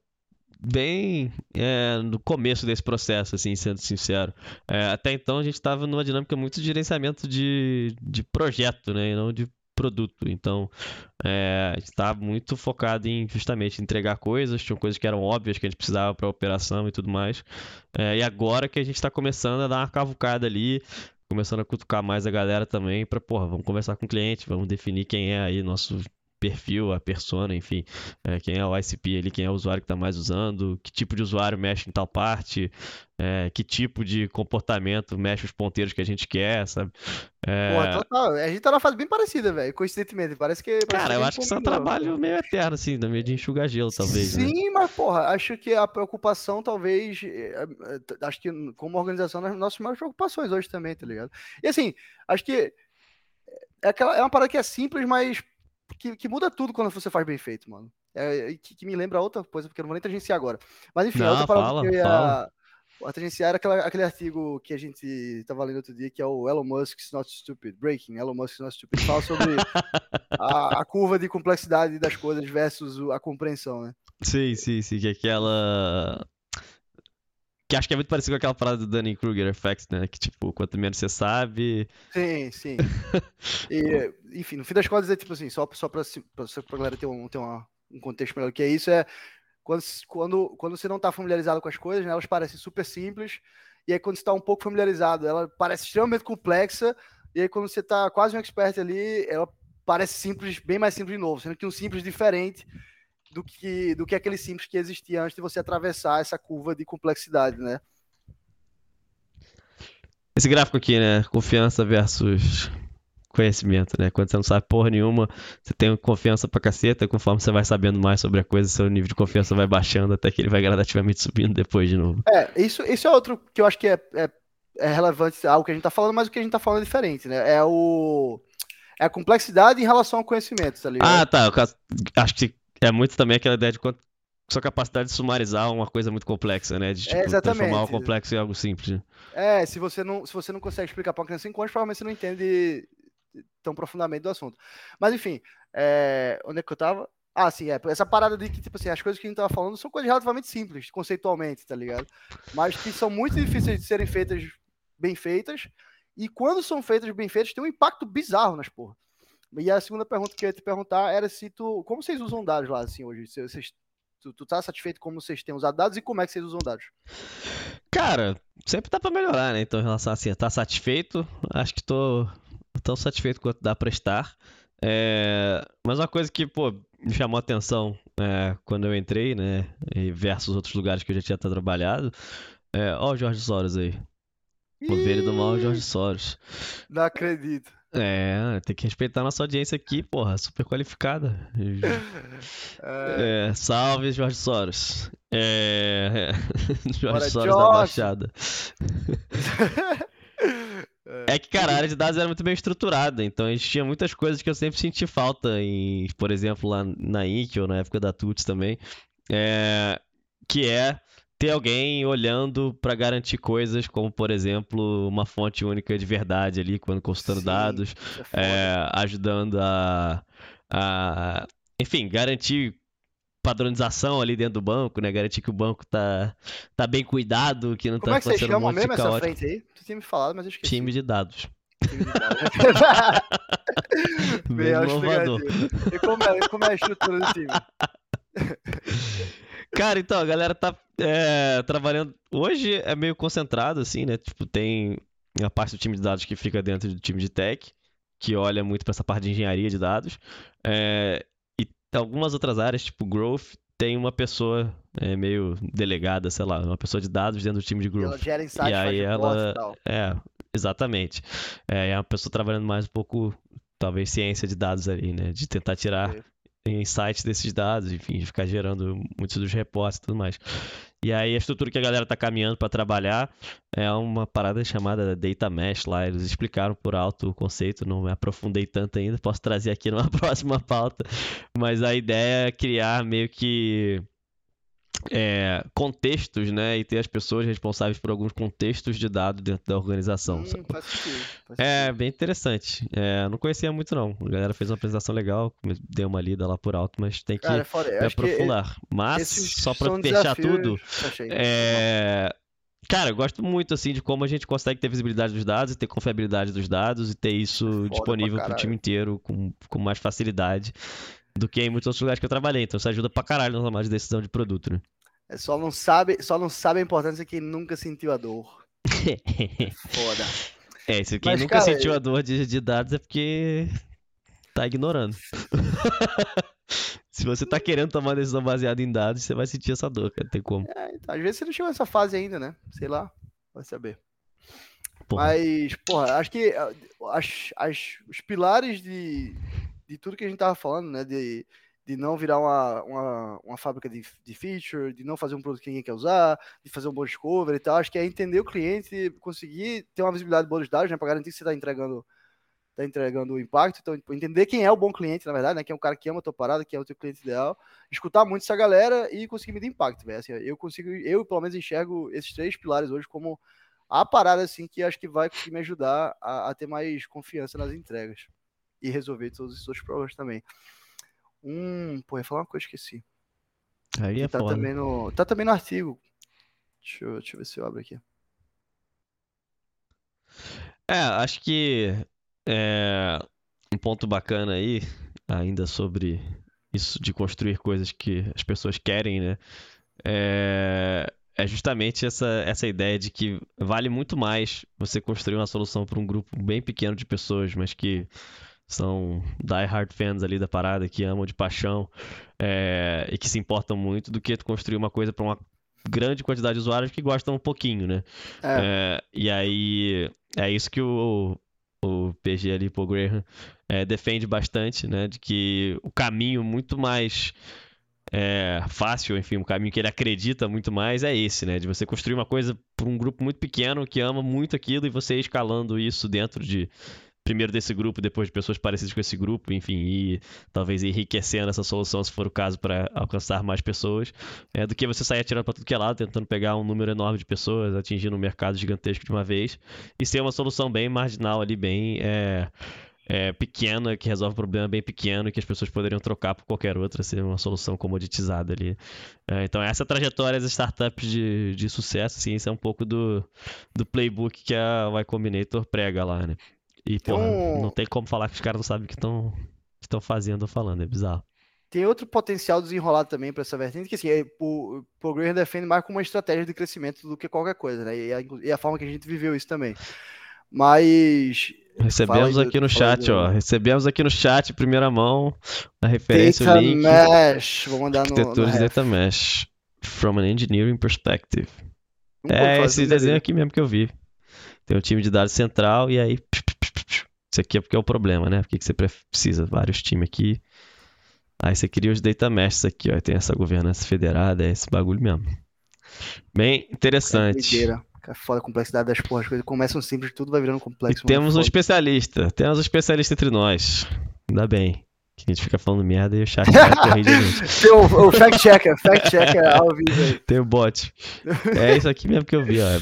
Bem é, no começo desse processo, assim, sendo sincero. É, até então a gente estava numa dinâmica muito de gerenciamento de, de projeto, né? E não de produto. Então, é, a gente estava muito focado em justamente entregar coisas, tinham coisas que eram óbvias que a gente precisava para a operação e tudo mais. É, e agora que a gente está começando a dar uma cavucada ali, começando a cutucar mais a galera também para, porra, vamos conversar com o cliente, vamos definir quem é aí nosso perfil, a persona, enfim, é, quem é o I C P ali, quem é o usuário que está mais usando, que tipo de usuário mexe em tal parte, é, que tipo de comportamento mexe os ponteiros que a gente quer, sabe? Porra, É, total. A gente tá numa fase bem parecida, velho. Coincidentemente. Parece que, parece que cara, a eu gente não acho que isso é um combinou. trabalho meio eterno, assim, da meio de enxugar gelo, talvez, né? Sim, mas porra, acho que a preocupação talvez, é, é, acho que como organização, nas nossas maiores preocupações hoje também, tá ligado? E assim, acho que é, aquela, é uma parada que é simples, mas que, que muda tudo quando você faz bem feito, mano. É, que, que me lembra outra coisa, porque eu não vou nem tangenciar agora. Mas enfim, a outra Não, parada que fala, eu fala. ia tangenciar era aquela, aquele artigo que a gente tava lendo outro dia, que é o Elon Musk's Not Stupid, Breaking, Elon Musk's Not Stupid. Ele fala sobre a, a curva de complexidade das coisas versus a compreensão, né? Sim, sim, sim, que é aquela. Que acho que é muito parecido com aquela parada do Dunning-Kruger Effect, né? Que, tipo, quanto menos você sabe. Sim, sim. E, enfim, no fim das contas, é tipo assim, só, só pra, pra, só pra galera ter, um, ter uma, um contexto melhor do que é isso, é quando, quando, quando você não tá familiarizado com as coisas, né, elas parecem super simples, e aí quando você tá um pouco familiarizado, ela parece extremamente complexa, e aí quando você tá quase um expert ali, ela parece simples, bem mais simples de novo, sendo que um simples diferente do que, do que aquele simples que existia antes de você atravessar essa curva de complexidade, né? Esse gráfico aqui, né? Confiança versus conhecimento, né? Quando você não sabe porra nenhuma, você tem confiança pra caceta, conforme você vai sabendo mais sobre a coisa, seu nível de confiança vai baixando até que ele vai gradativamente subindo depois de novo. É, isso, isso é outro que eu acho que é, é, é relevante algo que a gente tá falando, mas o que a gente tá falando é diferente, né? É o é a complexidade em relação ao conhecimento, tá ligado? Ah, tá. Eu acho que é muito também aquela ideia de quanto sua capacidade de sumarizar uma coisa muito complexa, né? De, É tipo, transformar o exatamente. complexo em algo simples, né? É, se você não, se você não consegue explicar para uma criança em contas, provavelmente você não entende tão profundamente do assunto. Mas enfim, é, onde é que eu tava? Ah, sim, é. Essa parada de que, tipo assim, as coisas que a gente tava falando são coisas relativamente simples, conceitualmente, tá ligado? Mas que são muito difíceis de serem feitas bem feitas. E quando são feitas bem feitas, tem um impacto bizarro nas porra. E a segunda pergunta que eu ia te perguntar era se tu. Como vocês usam dados lá, assim, hoje? Se vocês, tu, tu tá satisfeito como vocês têm usado dados e como é que vocês usam dados? Cara, sempre dá pra melhorar, né? Então, em relação a assim, tá satisfeito? Acho que tô tão satisfeito quanto dá pra estar. É, mas uma coisa que, pô, me chamou a atenção é, quando eu entrei, né? E versus outros lugares que eu já tinha trabalhado. É, ó o Jorge Soros aí. O velho do mal é o Jorge Ih, Soros. não acredito. É, tem que respeitar a nossa audiência aqui, porra, super qualificada. É, É, salve, Jorge Soros. É, Jorge bora, Soros da Josh! Baixada. É, É que, cara, a área de dados era muito bem estruturada, então a gente tinha muitas coisas que eu sempre senti falta em, por exemplo, lá na Inc ou na época da Tuts também, é, que é ter alguém olhando para garantir coisas como, por exemplo, uma fonte única de verdade ali, quando consultando sim, dados, isso é foda. é, ajudando a, a, enfim, garantir padronização ali dentro do banco, né? Garantir que o banco tá, tá bem cuidado, que não Como tá é que vocês acontecendo um chamam monte de mesmo essa caótico. frente aí? Tu tinha me falado, mas eu Time esqueci. de dados. Time de dados. Bem Bem inovador. explicativo. E como é, como é a estrutura do time? Cara, então, a galera tá é, trabalhando. Hoje é meio concentrado, assim, né? Tipo, tem a parte do time de dados que fica dentro do time de tech, que olha muito pra essa parte de engenharia de dados. É, e algumas outras áreas, tipo growth, tem uma pessoa é, meio delegada, sei lá, uma pessoa de dados dentro do time de E ela growth. gera E insight, faz aí reporte e ela. tal. É, exatamente. É, é uma pessoa trabalhando mais um pouco, talvez, ciência de dados ali, né? De tentar tirar Saquei. insights desses dados, enfim, de ficar gerando muitos dos reportes e tudo mais. E aí a estrutura que a galera tá caminhando para trabalhar é uma parada chamada Data Mesh lá. Eles explicaram por alto o conceito, não me aprofundei tanto ainda, posso trazer aqui numa próxima pauta. Mas a ideia é criar meio que é, contextos, né? E ter as pessoas responsáveis por alguns contextos de dados dentro da organização. Hum, Sacou? faz sentido. Faz É sentido. bem interessante. É, não conhecia muito não. A galera fez uma apresentação legal, dei uma lida lá por alto, mas tem Cara, que é foda. Eu me acho que aprofundar. Mas, esses só pra são fechar desafios. tudo, Fecha aí. Foi mal. é... Cara, eu gosto muito assim de como a gente consegue ter visibilidade dos dados e ter confiabilidade dos dados e ter Isso é isso foda pra disponível pro time caralho. inteiro com, com mais facilidade do que em muitos outros lugares que eu trabalhei. Então isso ajuda pra caralho na tomada de decisão de produto, né? É, só não sabe, só não sabe a importância quem nunca sentiu a dor. É foda. É, isso quem Mas, nunca cara, sentiu a dor de, de dados é porque tá ignorando. Se você tá querendo tomar uma decisão baseada em dados, você vai sentir essa dor, cara. Não tem como. é, então, às vezes você não chegou nessa fase ainda, né? Sei lá, vai saber. Porra. Mas, porra, acho que ah, as, as, os pilares de, de tudo que a gente tava falando, né? De, de não virar uma, uma, uma fábrica de, de feature, de não fazer um produto que ninguém quer usar, de fazer um bom discovery e tal. Acho que é entender o cliente, conseguir ter uma visibilidade boa dos dados, né? Pra garantir que você tá entregando tá entregando o impacto. Então, tipo, entender quem é o bom cliente, na verdade, né? Quem é o cara que ama a tua parada, quem é o teu cliente ideal. Escutar muito essa galera e conseguir medir impacto, velho. Assim, eu consigo, eu pelo menos enxergo esses três pilares hoje como a parada, assim, que acho que vai conseguir me ajudar a, a ter mais confiança nas entregas e resolver todos os seus problemas também. Hum, pô, ia falar uma coisa que esqueci. Aí Que é tá foda. também no, tá também no artigo. Deixa eu, deixa eu ver se eu abro aqui. É, acho que é, um ponto bacana aí, ainda sobre isso de construir coisas que as pessoas querem, né? É, é justamente essa, essa ideia de que vale muito mais você construir uma solução para um grupo bem pequeno de pessoas, mas que são die-hard fans ali da parada, que amam de paixão é, e que se importam muito, do que tu construir uma coisa para uma grande quantidade de usuários que gostam um pouquinho, né? É, É, e aí é isso que o, o P G ali, Paul Graham, é, defende bastante, né? De que o caminho muito mais é, fácil, enfim, um caminho que ele acredita muito mais é esse, né? De você construir uma coisa para um grupo muito pequeno que ama muito aquilo e você ir escalando isso dentro de primeiro desse grupo, depois de pessoas parecidas com esse grupo, enfim, e talvez enriquecendo essa solução, se for o caso, para alcançar mais pessoas, é, do que você sair atirando para tudo que é lado, tentando pegar um número enorme de pessoas, atingindo um mercado gigantesco de uma vez, e ser uma solução bem marginal ali, bem é, é, pequena, que resolve um problema bem pequeno, que as pessoas poderiam trocar por qualquer outra, ser uma solução comoditizada ali. É, então, essa trajetória das startups de, de sucesso, assim, isso é um pouco do, do playbook que a Y Combinator prega lá, né? E, tem porra, não um, tem como falar que os caras não sabem o que estão estão fazendo ou falando, é bizarro. tem outro potencial desenrolado também para essa vertente, que assim, é, o, o Graham defende mais como uma estratégia de crescimento do que qualquer coisa, né? E a, e a forma que a gente viveu isso também. Mas fala aí Recebemos do, aqui no fala aí chat, ó. do Recebemos aqui no chat, em primeira mão, a referência, o Data link. Mesh. Vou mandar no, no Arquitetura de ref. Data Mesh. From an Engineering Perspective. Nunca ouvi É falar esse dessa desenho maravilha. aqui mesmo que eu vi. Tem o time de dados central e aí. Isso aqui é porque é o problema, né? Porque que você precisa? Vários times aqui. Aí você cria os data meshes aqui, ó. Tem essa governança federada, é esse bagulho mesmo. Bem É interessante. doideira. É foda a complexidade das porras. As coisas começam simples, tudo vai virando E complexo, mano. É temos um foda. especialista. Temos um especialista entre nós. Ainda bem. Que a gente fica falando merda e o chat vai corrigir a gente. Tem o, o fact checker, fact checker ao vivo aí. Tem o bot. É isso aqui mesmo que eu vi, ó.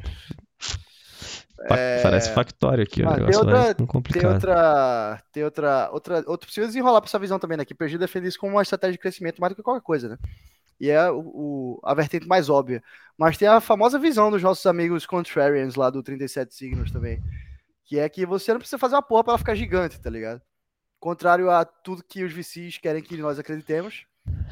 Parece É... factório aqui, ó. O Mano, tem negócio vai outra, ficando tem complicado. outra, tem outra, outra, outro preciso desenrolar para essa visão também, né? Que o P G defende isso como uma estratégia de crescimento mais do que qualquer coisa, né? E é o, o- a vertente mais óbvia. Mas tem a famosa visão dos nossos amigos contrarians lá do trinta e sete signos também, que é que você não precisa fazer uma porra para ela ficar gigante, tá ligado? Contrário a tudo que os V Cs querem que nós acreditemos.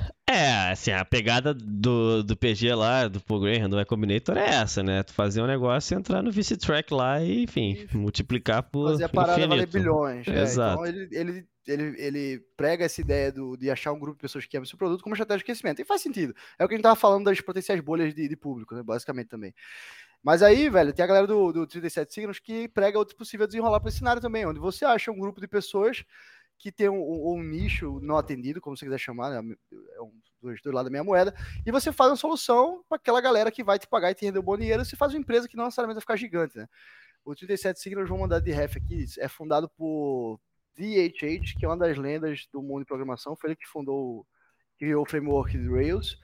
É, assim, a pegada do, do P G lá, do Paul Graham, do Y Combinator é essa, né? Tu fazer um negócio, entrar no V C Track lá e, enfim, E multiplicar por fazer a parada valer infinito. bilhões. É, então Exato. ele, ele, ele, ele prega essa ideia do, de achar um grupo de pessoas que amam seu produto como estratégia de crescimento. E faz sentido. É o que a gente tava falando das potenciais bolhas de, de público, né? Basicamente também. Mas aí, velho, tem a galera do, do trinta e sete signos que prega outro possível desenrolar para esse cenário também, onde você acha um grupo de pessoas que tem um, um, um nicho não atendido, como você quiser chamar, né? É um dos dois lados da minha moeda, e você faz uma solução para aquela galera que vai te pagar e te render um bom dinheiro, você faz uma empresa que não necessariamente vai ficar gigante, né? O trinta e sete signos, vou mandar de ref aqui, é fundado por D H H, que é uma das lendas do mundo de programação, foi ele que fundou, que criou o framework de Rails,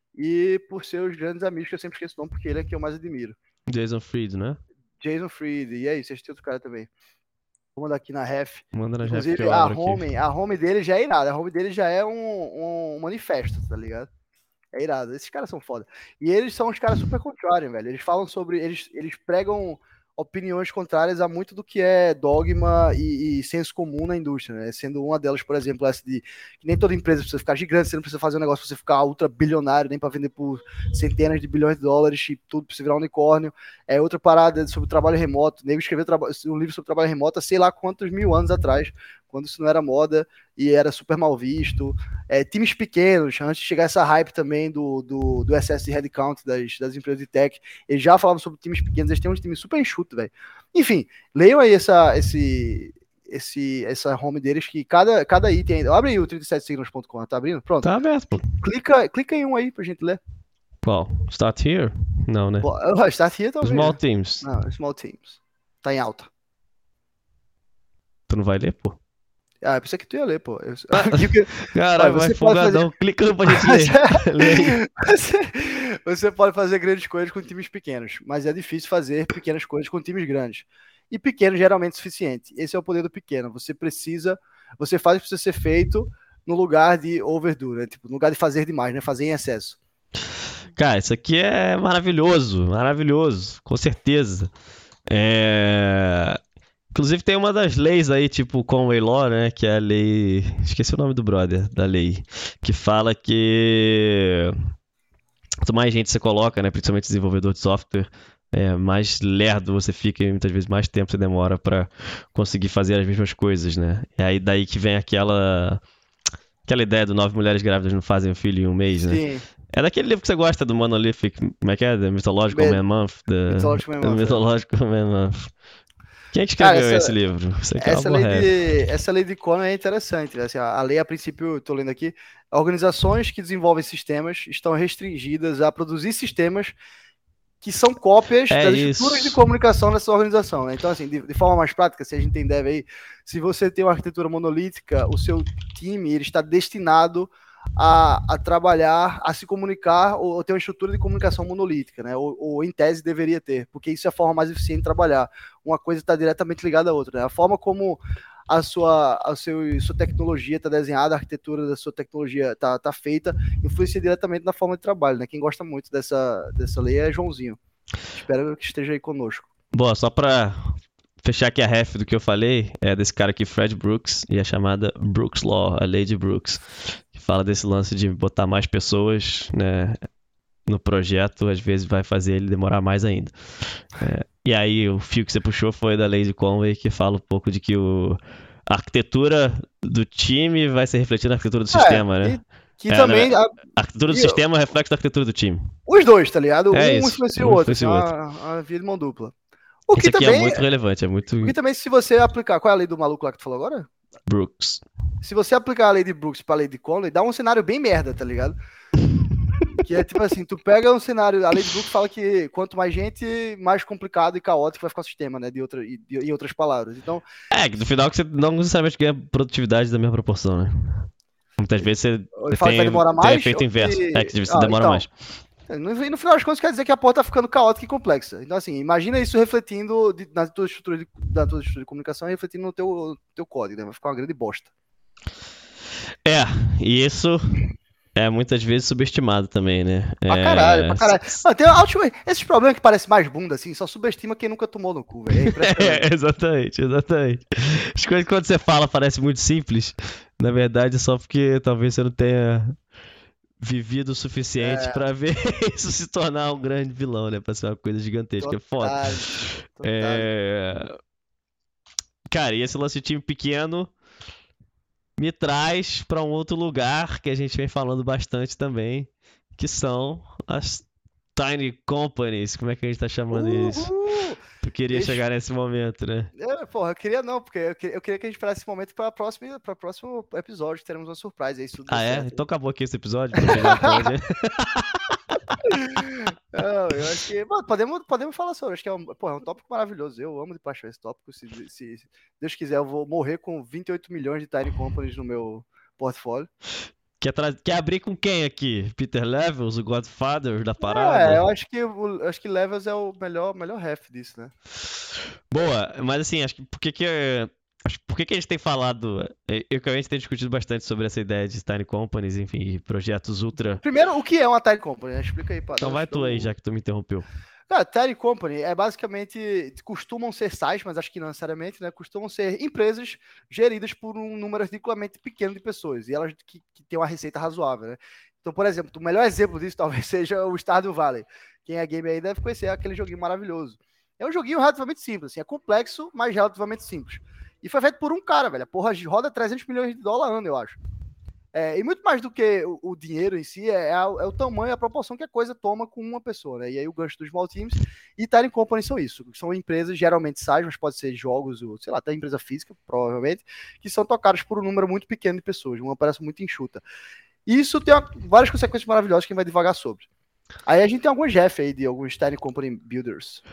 e por seus grandes amigos, que eu sempre esqueço o nome, porque ele é que eu mais admiro. Jason Fried, né? Jason Fried, e é isso, esse outro cara também. Vou mandar aqui na ref. Manda na ref que Inclusive, eu a abro aqui. home, a home dele já é irada. A home dele já é um, um manifesto, tá ligado? É irado. Esses caras são foda. E eles são os caras super contrários, velho. Eles falam sobre. Eles, eles pregam opiniões contrárias a muito do que é dogma e, e senso comum na indústria, né? Sendo uma delas, por exemplo, essa de que nem toda empresa precisa ficar gigante, você não precisa fazer um negócio pra você ficar ultra bilionário, nem para vender por centenas de bilhões de dólares e tudo pra você virar um unicórnio. É outra parada sobre o trabalho remoto. O nego escreveu um livro sobre trabalho remoto há sei lá quantos mil anos atrás, quando isso não era moda e era super mal visto. É, times pequenos, antes de chegar essa hype também do, do, do excesso de headcount das, das empresas de tech, eles já falavam sobre times pequenos, eles têm uns times super enxutos, velho. Enfim, leiam aí essa, esse, esse, essa home deles, que cada, cada item... Abre aí o trinta e sete signos ponto com, tá abrindo? Pronto. Tá aberto, pô. Clica, clica em um aí pra gente ler. Qual? Start here? Não, né? Pô, Start here talvez. Small Né? Teams. Não, Small Teams. Tá em alta. Tu não vai ler, pô? Ah, eu pensei que tu ia ler, pô. Eu... Caralho, vai folgadão. Fazer... Clica pra gente ler. ler. Você, você pode fazer grandes coisas com times pequenos, mas é difícil fazer pequenas coisas com times grandes. E pequeno geralmente é suficiente. Esse é o poder do pequeno. Você precisa, você faz o que precisa ser feito no lugar de overdo, né? Tipo, no lugar de fazer demais, né? Fazer em excesso. Cara, isso aqui é maravilhoso, maravilhoso, com certeza. É... Inclusive tem uma das leis aí, tipo Conway Law, né? Que é a lei... Esqueci o nome do brother da lei. Que fala que... Quanto mais gente você coloca, né? Principalmente desenvolvedor de software, é, mais lerdo você fica e muitas vezes mais tempo você demora pra conseguir fazer as mesmas coisas, né? E aí daí que vem aquela... Aquela ideia do nove mulheres grávidas não fazem um filho em um mês, né? Sim. É daquele livro que você gosta, do Monolithic, como é que é? The Mythological Man Month. The... Mythological Man Month. Mythological Man Month. Quem é que escreveu Cara, essa, esse livro? Isso aqui essa, é lei de, essa lei de Conway é interessante. Né? Assim, a, a lei, a princípio, estou lendo aqui, organizações que desenvolvem sistemas estão restringidas a produzir sistemas que são cópias é das isso. estruturas de comunicação dessa organização. Né? Então, assim, de, de forma mais prática, se a gente tem dev aí, se você tem uma arquitetura monolítica, o seu time ele está destinado a, a trabalhar, a se comunicar, ou, ou ter uma estrutura de comunicação monolítica, né? Ou, ou em tese deveria ter, porque isso é a forma mais eficiente de trabalhar. Uma coisa está diretamente ligada à outra. Né? A forma como a sua, a seu, sua tecnologia está desenhada, a arquitetura da sua tecnologia está tá feita, influencia diretamente na forma de trabalho. Né? Quem gosta muito dessa, dessa lei é Joãozinho. Espero que esteja aí conosco. Boa, só para fechar aqui a ref do que eu falei, é desse cara aqui, Fred Brooks, e é chamada Brooks Law, a lei de Brooks, que fala desse lance de botar mais pessoas, né, no projeto, às vezes vai fazer ele demorar mais ainda. É, e aí o fio que você puxou foi da lei de Conway, que fala um pouco de que o, a arquitetura do time vai se refletir na arquitetura do é, sistema, né? Que é, também... Né? A arquitetura do e sistema é um reflexo da arquitetura do time. Os dois, tá ligado? É um isso, influencia um o outro. Influencia o outro. Uma, uma via de mão dupla. O Isso que aqui também é muito relevante, é muito... O que também, se você aplicar... Qual é a lei do maluco lá que tu falou agora? Brooks. Se você aplicar a lei de Brooks pra lei de Conway, dá um cenário bem merda, tá ligado? Que é tipo assim, tu pega um cenário... A lei de Brooks fala que quanto mais gente, mais complicado e caótico vai ficar o sistema, né? De outra, de, de, em outras palavras. Então... É, que no final que você não necessariamente ganha produtividade da mesma proporção, né? Muitas vezes você tem, vai demorar mais, tem efeito inverso. Que... É, que você ah, demora então... mais. No, no final das contas, quer dizer que a porta tá ficando caótica e complexa. Então, assim, imagina isso refletindo de, na, tua estrutura de, na tua estrutura de comunicação e refletindo no teu, teu código, né? Vai ficar uma grande bosta. É, e isso é muitas vezes subestimado também, né? Pra é... caralho, pra caralho. Mano, tem último, esses problemas que parecem mais bunda, assim, só subestima quem nunca tomou no cu, velho. É é, exatamente, exatamente. As coisas que quando você fala parecem muito simples, na verdade é só porque talvez você não tenha... vivido o suficiente é. pra ver isso se tornar um grande vilão, né? Pra ser uma coisa gigantesca. Total, é foda. Total. É... Cara, e esse lance de time pequeno me traz pra um outro lugar que a gente vem falando bastante também, que são as Tiny Companies. Como é que a gente tá chamando Uhul. isso? Tu queria Deixa... chegar nesse momento, né? É, porra, eu queria não, porque eu queria, eu queria que a gente esperasse esse momento para próximo, para próximo episódio, que teremos uma surpresa. Isso ah, é? Certo. Então acabou aqui esse episódio? Não, eu acho que... Mano, podemos, podemos falar sobre, acho que é um, porra, é um tópico maravilhoso. Eu amo de paixão esse tópico. Se, se Deus quiser, eu vou morrer com vinte e oito milhões de Tiny Companies no meu portfólio. Quer, tra... Quer abrir com quem aqui? Peter Levels, o Godfather da parada? É, eu acho que, eu acho que Levels é o melhor, melhor ref disso, né? Boa, mas assim, acho que por que que, acho, por que, que a gente tem falado, eu que a gente tem discutido bastante sobre essa ideia de Tiny Companies, enfim, projetos ultra... Primeiro, o que é uma Tiny Company? Explica aí para Então vai tu aí, já que tu me interrompeu. Cara, Tiny Company é basicamente, costumam ser sites, mas acho que não necessariamente, né? Costumam ser empresas geridas por um número ridiculamente pequeno de pessoas, e elas que, que têm uma receita razoável, né? Então, por exemplo, o melhor exemplo disso talvez seja o Stardew Valley. Quem é gamer aí deve conhecer aquele joguinho maravilhoso. É um joguinho relativamente simples, assim, é complexo, mas relativamente simples. E foi feito por um cara, velho. A porra roda trezentos milhões de dólares ano, eu acho. É, e muito mais do que o, o dinheiro em si, é, é, o tamanho, a proporção que a coisa toma com uma pessoa, né? E aí o gancho dos small teams e Tiny Company são isso. São empresas, geralmente sites, mas pode ser jogos, ou, sei lá, até empresa física, provavelmente, que são tocadas por um número muito pequeno de pessoas, uma operação muito enxuta. E isso tem uma, várias consequências maravilhosas que a gente vai devagar sobre. Aí a gente tem alguns Jeff aí de alguns Tiny Company Builders.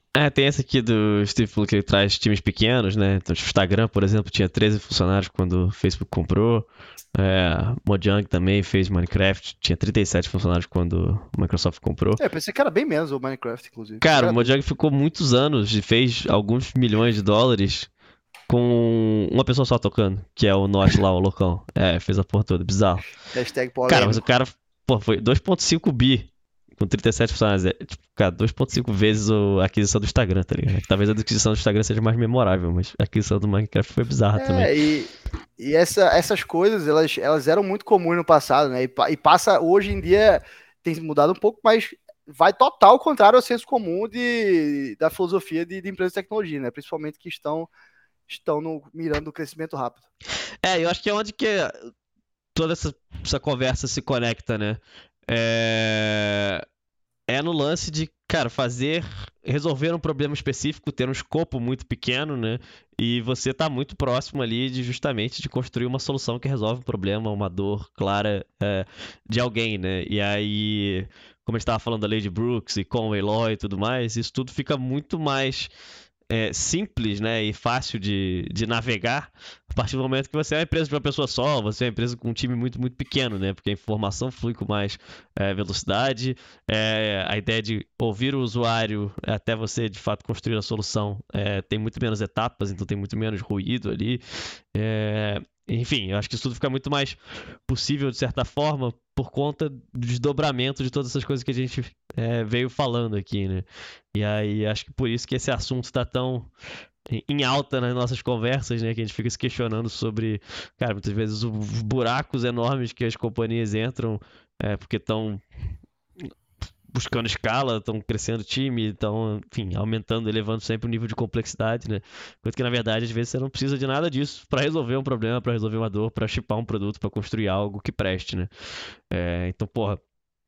É, tem esse aqui do Steve Ballmer que ele traz times pequenos, né? Então, tipo, o Instagram, por exemplo, tinha treze funcionários quando o Facebook comprou. É, Mojang também fez Minecraft, tinha trinta e sete funcionários quando o Microsoft comprou. É, eu pensei que era bem menos o Minecraft, inclusive. Cara, o Era doido. Mojang ficou muitos anos e fez alguns milhões de dólares com uma pessoa só tocando, que é o Notch lá, o loucão. É, fez a porra toda, bizarro. Hashtag Cara, mas o polêmico. cara, pô, foi dois vírgula cinco bi com trinta e sete funcionários. É, tipo, cara, dois vírgula cinco vezes o- a aquisição do Instagram, tá ligado? Talvez a aquisição do Instagram seja mais memorável, mas a aquisição do Minecraft foi bizarra também. É, e, e essa, essas coisas, elas, elas eram muito comuns no passado, né? E, pa- e passa, hoje em dia, tem mudado um pouco, mas vai total contrário ao senso comum de, da filosofia de, de empresas de tecnologia, né? Principalmente que estão, estão no, mirando o crescimento rápido. É, eu acho que é onde que toda essa, essa conversa se conecta, né? É... é no lance de, cara, fazer, resolver um problema específico, ter um escopo muito pequeno, né? E você tá muito próximo ali de justamente de construir uma solução que resolve um problema, uma dor clara é, de alguém, né? E aí, como a gente tava falando da Lady Brooks e Conway Law e tudo mais, isso tudo fica muito mais é, simples, né, e fácil de, de navegar a partir do momento que você é uma empresa de uma pessoa só, você é uma empresa com um time muito, muito pequeno, né, porque a informação flui com mais é, velocidade, é, a ideia de ouvir o usuário até você, de fato, construir a solução é, tem muito menos etapas, então tem muito menos ruído ali. É, enfim, eu acho que isso tudo fica muito mais possível, de certa forma, por conta do desdobramento de todas essas coisas que a gente é, veio falando aqui, né? E aí acho que por isso que esse assunto está tão em alta nas nossas conversas, né? Que a gente fica se questionando sobre, cara, muitas vezes os buracos enormes que as companhias entram é, porque estão buscando escala, estão crescendo o time, estão, enfim, aumentando, elevando sempre o nível de complexidade, né? Coisa que, na verdade, às vezes você não precisa de nada disso para resolver um problema, para resolver uma dor, para chipar um produto, para construir algo que preste, né? É, então, porra,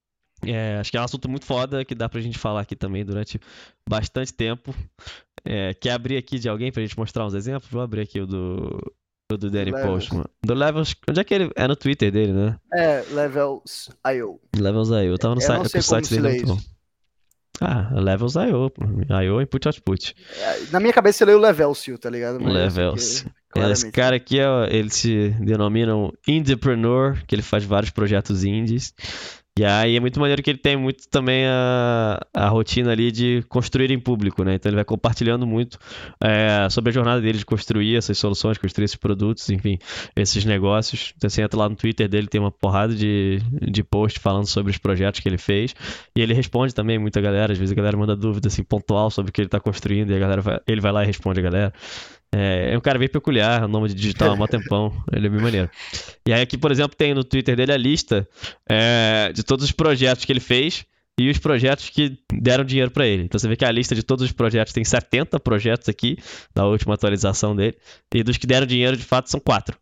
é, acho que é um assunto muito foda que dá pra gente falar aqui também durante bastante tempo. É, quer abrir aqui de alguém pra gente mostrar uns exemplos? Vou abrir aqui o do, o do Danny Levels. Postman. Do Levels, onde é que ele... É no Twitter dele, né? É, Levels ponto i o. Levels I O. Eu tava no Eu não site, sei o como site se dele é lê muito bom. isso. Ah, Levels I O. I O Input Output. É, na minha cabeça eu leio Levelcio, tá ligado? Mas eu sei Levels. que Esse claramente. cara aqui, ó, ele se denomina um Indiepreneur, que ele faz vários projetos indies. E aí é muito maneiro que ele tem muito também a, a rotina ali de construir em público, né? Então ele vai compartilhando muito é, sobre a jornada dele de construir essas soluções, construir esses produtos, enfim, esses negócios. Então você entra lá no Twitter dele, tem uma porrada de, de post falando sobre os projetos que ele fez. E ele responde também muita galera. Às vezes a galera manda dúvida assim, pontual sobre o que ele está construindo e a galera vai, ele vai lá e responde a galera. É, é um cara bem peculiar, o nome de digital há mó tempão, ele é bem maneiro. E aí aqui, por exemplo, tem no Twitter dele a lista é, de todos os projetos que ele fez e os projetos que deram dinheiro pra ele. Então você vê que a lista de todos os projetos tem setenta projetos aqui, na última atualização dele, e dos que deram dinheiro, de fato, são quatro.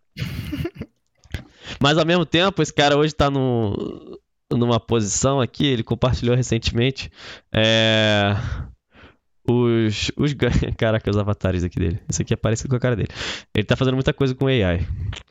Mas ao mesmo tempo, esse cara hoje tá no, numa posição aqui, ele compartilhou recentemente é, os, os ganhos. Caraca, os avatares aqui dele. Esse aqui é parecido com a cara dele. Ele tá fazendo muita coisa com A I.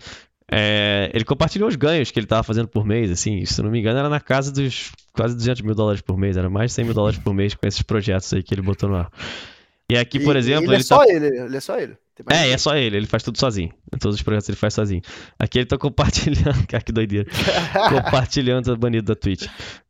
É, ele compartilhou os ganhos que ele tava fazendo por mês, assim, se eu não me engano, era na casa dos quase duzentos mil dólares por mês, era mais de cem mil dólares por mês com esses projetos aí que ele botou no ar. E aqui, por E exemplo, ele é ele tá. só ele, ele é só ele. Tem mais É, é ninguém. só ele, ele faz tudo sozinho. Todos os projetos ele faz sozinho. Aqui ele tá compartilhando. Cara, que doideira. Compartilhando, tá banido da Twitch.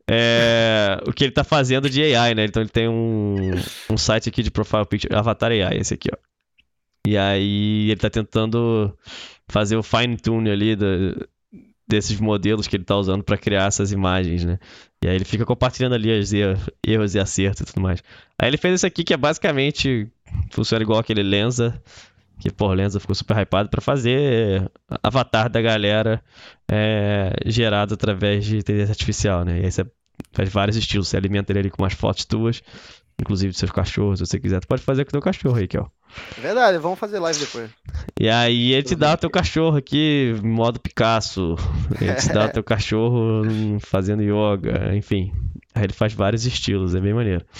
É, o que ele tá fazendo de A I, né? Então ele tem um, um site aqui de profile picture, Avatar A I, esse aqui, ó. E aí ele tá tentando fazer o fine tune ali do, desses modelos que ele tá usando para criar essas imagens, né? E aí ele fica compartilhando ali os erros e acertos e tudo mais. Aí ele fez esse aqui que é basicamente funciona igual aquele Lensa, que pô, o Lensa ficou super hypado para fazer avatar da galera é, gerado através de inteligência artificial, né? E aí você faz vários estilos, você alimenta ele ali com umas fotos tuas, inclusive dos seus cachorros, se você quiser, tu pode fazer com o teu cachorro aí, que ó. É verdade, vamos fazer live depois. E aí ele te dá o teu cachorro aqui em modo Picasso. Ele te dá o teu cachorro fazendo yoga, enfim. Aí ele faz vários estilos, é bem maneiro.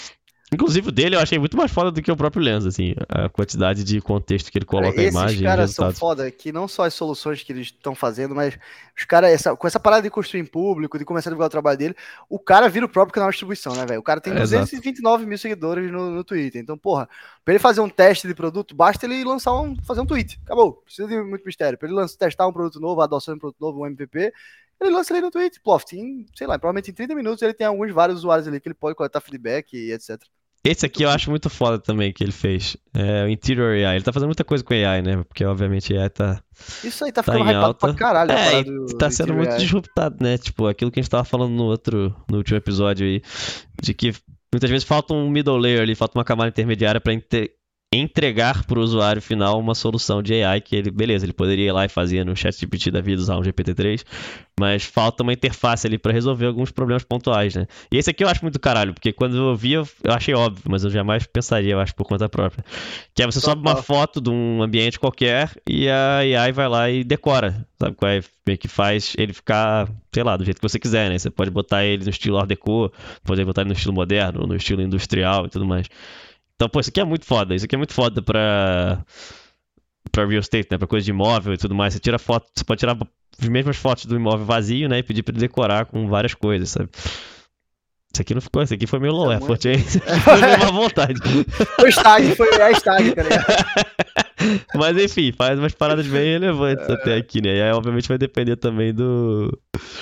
Inclusive o dele eu achei muito mais foda do que o próprio Lens, assim, a quantidade de contexto que ele Cara, coloca a esses imagem e caras são resultados. foda, que não só as soluções que eles estão fazendo, mas os caras, essa, com essa parada de construir em público, de começar a divulgar o trabalho dele, o cara vira o próprio canal de distribuição, né, velho? O cara tem É, duzentos e exato. vinte e nove mil seguidores no, no Twitter. Então, porra, pra ele fazer um teste de produto, basta ele lançar um, fazer um tweet. Acabou. Precisa de muito mistério. Pra ele lançar, testar um produto novo, adoção de um produto novo, um M V P, ele lança ele no Twitter. Plof, em, sei lá, provavelmente em trinta minutos ele tem alguns vários usuários ali que ele pode coletar feedback e etcétera. Esse Muito aqui eu bom. acho muito foda também que ele fez. É o Interior A I. Ele tá fazendo muita coisa com A I, né? Porque obviamente a AI tá, Isso aí tá tá ficando em hypado pra alta. caralho, a É, parada e do, tá do sendo Interior muito A I. disruptado, né? Tipo, aquilo que a gente tava falando no outro, no último episódio aí, de que muitas vezes falta um middle layer ali, falta uma camada intermediária pra inte- entregar pro usuário final uma solução de A I que ele, beleza, ele poderia ir lá e fazer no ChatGPT da vida, usar um G P T três, mas falta uma interface ali pra resolver alguns problemas pontuais, né? E esse aqui eu acho muito do caralho, porque quando eu vi eu, eu achei óbvio, mas eu jamais pensaria, eu acho, por conta própria. Que é você sobe uma Total. foto de um ambiente qualquer e a A I vai lá e decora, sabe? Qual é? Meio que faz ele ficar, sei lá, do jeito que você quiser, né? Você pode botar ele no estilo Art Deco, pode botar ele no estilo moderno, no estilo industrial e tudo mais. Então, pô, isso aqui é muito foda. Isso aqui é muito foda pra, pra real estate, né? Pra coisa de imóvel e tudo mais. Você tira foto, você pode tirar as mesmas fotos do imóvel vazio, né? E pedir pra ele decorar com várias coisas, sabe? Isso aqui não ficou, isso aqui foi meio low É effort, muito. hein? Isso aqui foi meio má vontade. Foi stag, foi a stag, tá ligado? Mas enfim, faz umas paradas bem relevantes até aqui, né? E aí, obviamente, vai depender também do.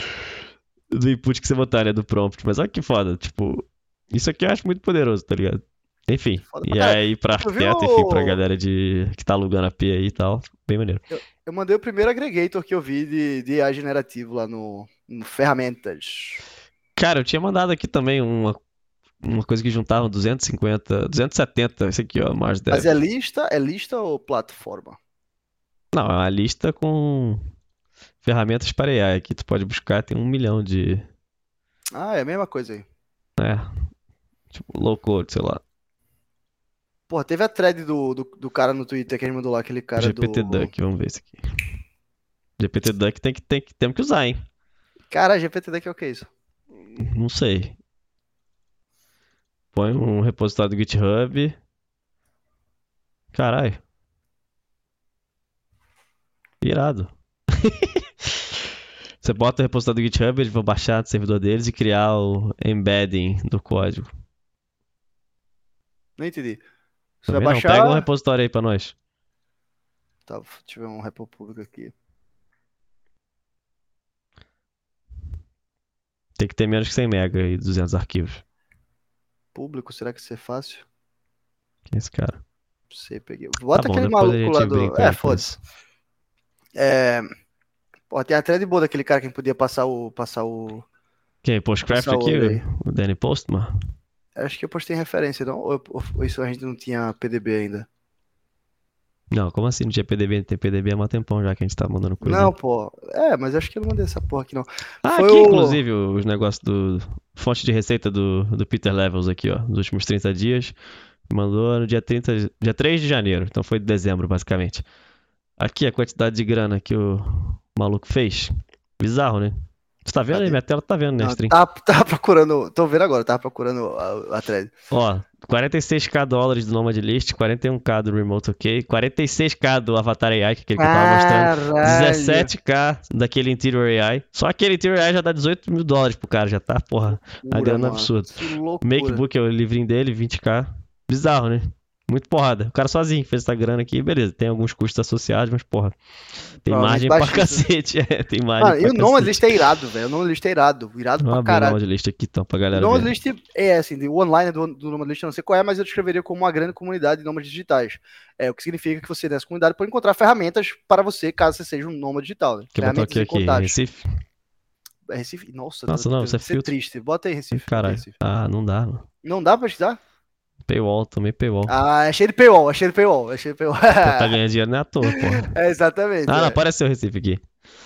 Do input que você botar, né? Do prompt. Mas olha que foda, tipo. Isso aqui eu acho muito poderoso, tá ligado? Enfim. Foda pra E caralho. aí, pra Tu viu? arquiteto, enfim, pra galera de que tá alugando a P aí e tal. Bem maneiro. Eu, eu mandei o primeiro aggregator que eu vi de, de A I generativo lá no, no Ferramentas. Cara, eu tinha mandado aqui também uma, uma coisa que juntava duzentos e cinquenta, duzentos e setenta, esse aqui, ó, Mars Mas Dev. é lista, é lista ou plataforma? Não, é uma lista com ferramentas para A I. Aqui tu pode buscar, tem um milhão de. Ah, é a mesma coisa aí. É, tipo, low code, sei lá. Porra, teve a thread do, do, do cara no Twitter que ele mandou lá, aquele cara G P T do. Duck, vamos ver isso aqui. G P T Duck tem que, tem que, temos que usar, hein? Cara, G P T daqui é o que é isso? Não sei. Põe um repositório do GitHub. Caralho. Irado. Você bota o repositório do GitHub, eles vão baixar do servidor deles e criar o embedding do código. Não entendi. Você vai Também não. Pega um baixar. repositório aí pra nós. Tá, deixa eu ver um repo público aqui. Tem que ter menos que cem mega e duzentos arquivos. Público, será que isso é fácil? Quem é esse cara? Não sei, peguei. Tá Bota bom, aquele depois a maluco lá gente do. brinca É, aí com foda-se. isso. É. Pô, tem a thread boa daquele cara que podia passar o. Passar o. Quem? Postcraft Passar o aqui? olho aí. O Danny Postman? Acho que eu postei referência, não? Ou, ou- ou isso a gente não tinha P D B ainda? Não, como assim não tinha P D B? Não tem P D B há mó tempão já que a gente tá mandando coisa Não, aí. pô. É, mas acho que eu não mandei essa porra aqui, não. Ah, Foi aqui, o. inclusive, os negócios do. Fonte de receita do, do Peter Levels aqui, ó. Dos últimos trinta dias. Mandou no dia trinta, dia três de janeiro. Então foi de dezembro, basicamente. Aqui a quantidade de grana que o maluco fez. Bizarro, né? Você tá vendo aí? Cadê? Minha tela tá vendo, né, Não, stream? tava, tava procurando. Tô vendo agora, tava procurando a, a thread. Ó, quarenta e seis k dólares do Nomad List, quarenta e um k do Remote OK, quarenta e seis k do Avatar A I, que é aquele que eu tava mostrando, Caralho. dezessete k daquele Interior A I. Só aquele Interior A I já dá dezoito mil dólares pro cara, já tá, porra, a Loucura, grana mano. absurda. Que loucura. Makebook é o livrinho dele, vinte k. Bizarro, né? Muito porrada. O cara sozinho fez essa grana aqui, beleza. Tem alguns custos associados, mas porra. Tem Provavelmente margem pra baixíssimo. cacete. É, tem margem Mano, e pra o Nomad cacete. List é irado, velho. O Nomad List é irado. Irado Vamos pra abrir o caralho. Nomad List aqui então, pra O galera Nomad ver. List é assim, o online do, do Nomad List eu não sei qual é, mas eu descreveria como uma grande comunidade de nômades digitais. É, o que significa que você nessa comunidade pode encontrar ferramentas para você, caso você seja um nômade digital. Né? Que botou Ferramentas aqui, aqui, incontáveis. Recife? É Recife? Nossa, Nossa, tô- não, tô- isso é ser filtro. triste. Bota aí Recife. Bota aí, Caralho. Recife. Ah, não dá, mano. Não dá pra pesquisar? Paywall, tomei paywall. Ah, é cheio de paywall, é cheio de paywall, é cheio de paywall. Pô, tá ganhando dinheiro não é à toa, porra. É, exatamente. Ah, não, é. apareceu o Recife aqui.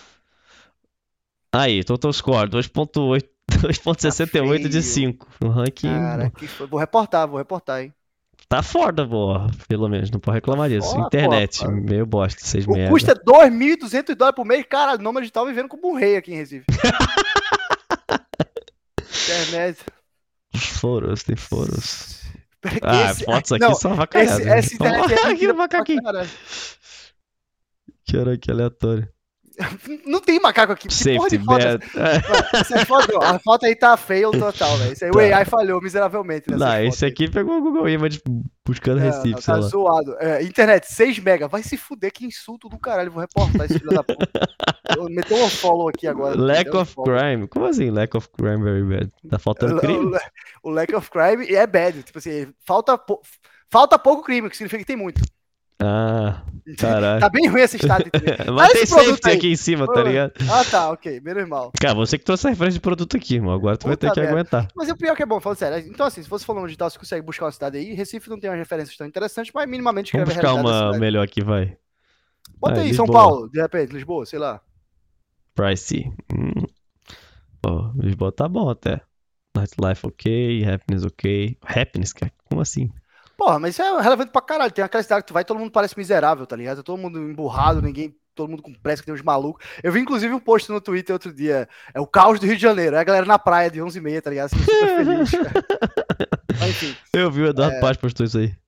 Aí, total score, dois ponto sessenta e oito de feio. cinco. No ranking, Cara, que foi. Vou reportar, vou reportar, hein? tá foda, porra. Pelo menos, não pode reclamar disso. Foda, Internet, porra. meio bosta, seis O mega. custo é dois mil e duzentos dólares por mês. Cara, nômade digital vivendo como um rei aqui em Recife. Internet. Foros, tem foros. Ah, Esse, fotos aqui não, são avacalhadas. esse, né? essa Toma internet é aqui no pra macaquinho. caralho. Cara, que aleatório. Não tem macaco aqui. Que porra Safety de foto é essa? bed. Mano, essa é foto, a foto aí tá fail total, velho. Isso aí, o Tá. A I falhou miseravelmente nessas Não, fotos esse aí. aqui pegou o Google Images buscando Não, Recife, não, sei tá lá. zoado. É, internet, seis mega. Vai se fuder, que insulto do caralho. Vou reportar esse filho da puta. Eu meteu um follow aqui agora. Lack deu um of follow. crime. Como assim, lack of crime very bad? Tá faltando crime? O, o lack of crime é bad. Tipo assim, falta, pou- falta pouco crime, que significa que tem muito. Ah, caralho. Tá bem ruim esse estado. Mas Ah, tem esse produto safety aí. aqui em cima, tá ligado? Ah, tá, ok. Menos mal. Cara, você que trouxe a referência de produto aqui, irmão. Agora tu vai ter Puta que merda. aguentar. Mas o pior que é bom, falando sério. Então, assim, se você for no digital, você consegue buscar uma cidade aí. Recife não tem umas referências tão interessantes, mas minimamente Vamos escreve a buscar realidade da uma cidade. melhor aqui, vai. Bota Ah, aí, São Lisboa. Paulo, de repente, Lisboa, sei lá. Pricey. Hum. Pô, Lisboa tá bom até. Nightlife ok, happiness ok. Happiness, cara? Como assim? Porra, mas isso é relevante pra caralho. Tem aquela cidade que tu vai e todo mundo parece miserável, tá ligado? Todo mundo emburrado, ninguém, todo mundo com pressa, que tem uns malucos. Eu vi inclusive um post no Twitter outro dia. É o caos do Rio de Janeiro. É a galera na praia de onze e meia, tá ligado? Assim, super feliz. Mas, enfim. Eu vi o Eduardo Paz postou isso aí.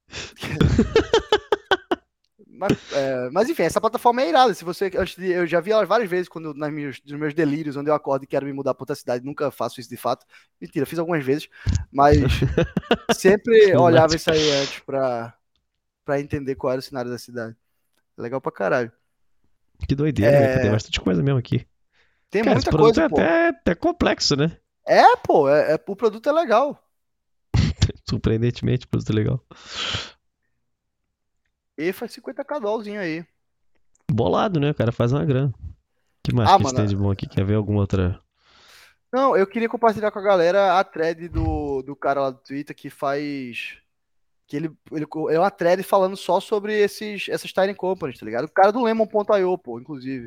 Mas, é, mas enfim, essa plataforma é irada. Se você, antes de, eu já vi ela várias vezes quando nas minhas, nos meus delírios, onde eu acordo e quero me mudar para outra cidade. Nunca faço isso de fato. Mentira, fiz algumas vezes, mas sempre olhava isso aí antes pra, pra entender qual era o cenário da cidade. Legal pra caralho. Que doideira, É, né? Tem bastante coisa mesmo aqui. Tem Cara, muita esse produto coisa, é pô. até, até complexo, né? É, pô, é, é- o produto é legal. Surpreendentemente, o produto é legal. E faz cinquenta k dólarzinho aí. Bolado, né? O cara faz uma grana. O que mais Ah, que eles mano. têm de bom aqui? Quer ver alguma outra? Não, eu queria compartilhar com a galera a thread do, do cara lá do Twitter que faz. Que ele, ele é uma thread falando só sobre esses, essas Tiny Companies, tá ligado? O cara do Lemon ponto i o, pô, inclusive.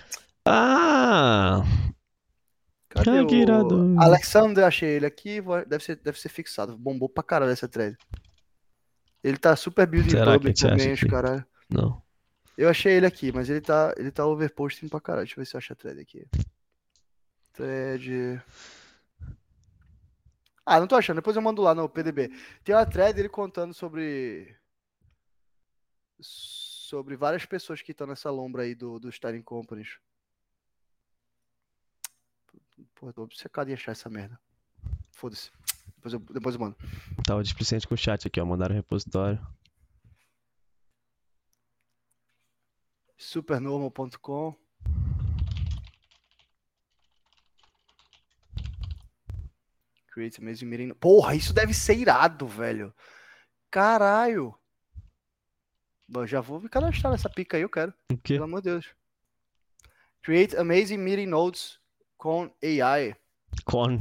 Ah! Cadê Ah, que o. irado. Alexander, achei ele aqui. vou- Deve ser, deve ser fixado. Bombou pra caralho essa thread. Ele tá super building Será que a public gente acha também, os aqui? caralho. Não. Eu achei ele aqui, mas ele tá, ele tá overposting pra caralho. Deixa eu ver se eu acho a thread aqui. Thread. Ah, não tô achando. Depois eu mando lá no P D B. Tem uma thread dele contando sobre. Sobre várias pessoas que estão nessa lombra aí do, dos Tiny Companies. Porra, tô obcecado em achar essa merda. Foda-se. Depois eu, depois eu mando. Tava displicente com o chat aqui, ó. Mandaram repositório. supernormal ponto com. Create amazing meeting. Porra, isso deve ser irado, velho. Caralho. Bom, já vou me cadastrar nessa pica aí, eu quero. O quê? Pelo amor de Deus. Create amazing meeting notes com A I. Con.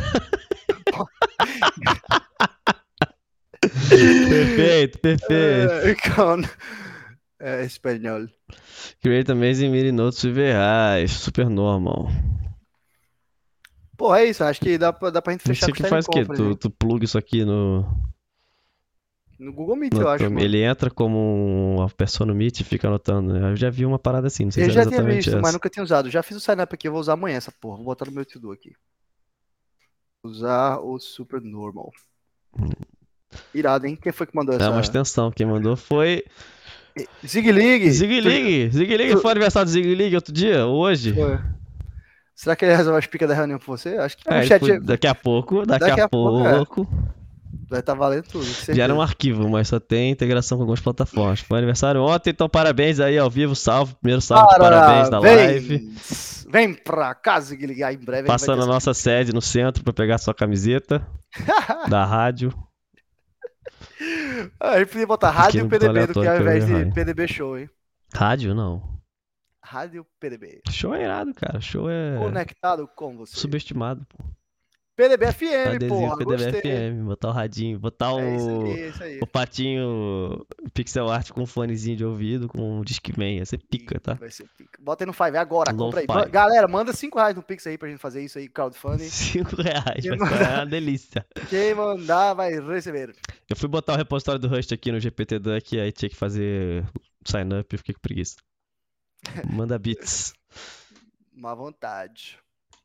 Perfeito, perfeito. É, com é, espanhol. Create amazing meeting notes super reais. Super normal. Pô, é isso. Acho que dá pra, dá pra gente Não fechar sei com que os faz o quê? Companies, Tu, hein? tu pluga isso aqui no. No Google Meet, no eu acho, teu- mano. ele entra como uma pessoa no Meet e fica anotando, né? Eu já vi uma parada assim, não sei Eu se era já tinha exatamente visto, mas essa. nunca tinha usado. Já fiz o sign up aqui, eu vou usar amanhã essa porra. Vou botar no meu to-do aqui. Usar o Super Normal. Irado, hein? Quem foi que mandou É uma essa? extensão. Quem mandou foi. Zig Lig. Zig Lig! Zig Lig! tu- Foi aniversário do Zig Lig outro dia? Hoje? Foi. Será que ele resolve as picas da reunião com você? Acho que É, o ele chat foi- daqui a pouco, daqui, Daqui a, a pouco, é. pouco. vai estar valendo tudo. com certeza. Gera um arquivo, mas só tem integração com algumas plataformas. Foi aniversário ontem, então parabéns aí ao vivo, salve. Primeiro salve de parabéns da live. Vem, vem pra cá, Zig Lig. Aí em breve ele vai Passando ter a essa- nossa sede no centro pra pegar sua camiseta da rádio. Ah, a gente podia botar Rádio Aqui no P D B do que aleatório ao que eu invés vi, de vai. P D B Show, hein? Rádio não. Rádio P D B. Show é irado, cara. Show é Conectado com você. subestimado, pô. P D B F M, Adesivo porra. P D B Gostei. F M, botar o radinho, botar É isso o, aí, é isso aí. o patinho pixel art com um fonezinho de ouvido, com um Discman. Ia ser pica, tá? Vai ser pica. Bota aí no Five agora, compra aí. Lo-fi. Ma- Galera, manda cinco reais no Pix aí pra gente fazer isso aí, crowdfunding. Cinco reais, Quem vai ser mandar- uma delícia. Quem mandar vai receber. Eu fui botar o repositório do Rust aqui no G P T Duck, aí tinha que fazer sign up e fiquei com preguiça. Manda bits. Má vontade.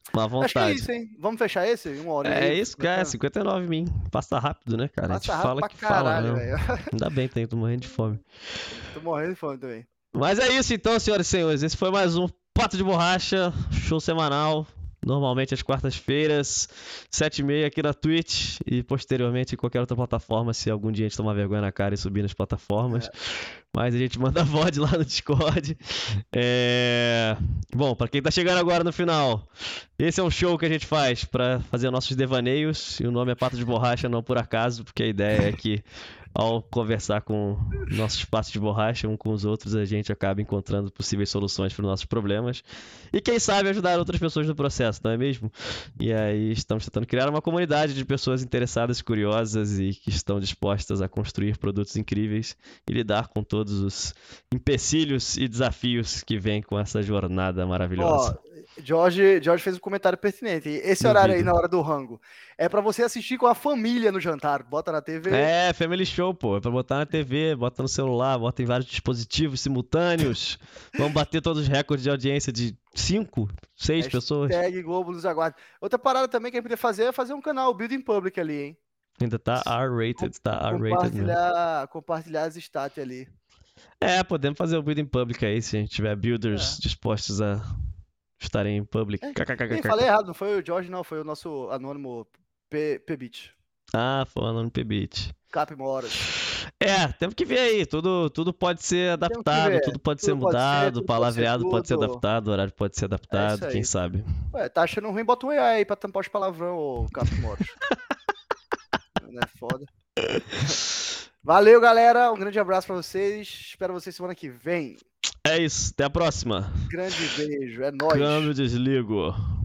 Uma Acho que é vontade. isso, hein? Vamos fechar esse? Uma hora e É meia, isso, cara. bacana. cinquenta e nove min. Passa rápido, né, cara? a gente Passa rápido fala pra que fala, caralho, não. velho. Ainda bem, tem, tô morrendo de fome. Tô morrendo de fome também. Mas é isso então, senhoras e senhores. Esse foi mais um Pato de Borracha, show semanal. Normalmente às quartas-feiras, sete e meia aqui na Twitch e posteriormente em qualquer outra plataforma, se algum dia a gente tomar vergonha na cara e subir nas plataformas. É. Mas a gente manda V O D lá no Discord. É... Bom, pra quem tá chegando agora no final, esse é um show que a gente faz pra fazer nossos devaneios e o nome é Pato de Borracha não por acaso, porque a ideia é que ao conversar com nossos patos de borracha, um com os outros, a gente acaba encontrando possíveis soluções para os nossos problemas. E quem sabe ajudar outras pessoas no processo, não é mesmo? E aí estamos tentando criar uma comunidade de pessoas interessadas, curiosas e que estão dispostas a construir produtos incríveis e lidar com todos os empecilhos e desafios que vêm com essa jornada maravilhosa. Ó, Jorge, Jorge fez um comentário pertinente. Esse No horário vídeo. aí na hora do rango é pra você assistir com a família no jantar. Bota na T V. É, Family Show, pô. É pra botar na T V, bota no celular, bota em vários dispositivos simultâneos. Vamos bater todos os recordes de audiência de cinco, seis pessoas. Hashtag Globo nos aguarde. Outra parada também que a gente podia fazer é fazer um canal Building Public ali, hein? Ainda tá R-rated, tá R-rated mesmo. Compartilhar, compartilhar as stats ali. É, podemos fazer o Building Public aí, se a gente tiver builders É. dispostos a estarem em public. É. Eu falei errado, não foi o Jorge, não, foi o nosso anônimo P-Bit. Ah, foi o anônimo P-Bit. Cap Moras. É, temos que ver aí, tudo, tudo pode ser adaptado, tudo pode tudo ser mudado, o palavreado pode ser, pode ser adaptado, o horário pode ser adaptado, é quem sabe. Ué, tá achando ruim, bota um A I aí pra tampar os palavrão, ô Cap Moras. Não é foda. Valeu, galera, um grande abraço pra vocês, espero vocês semana que vem. É isso, até a próxima. Grande beijo, é nóis. Câmbio desligo.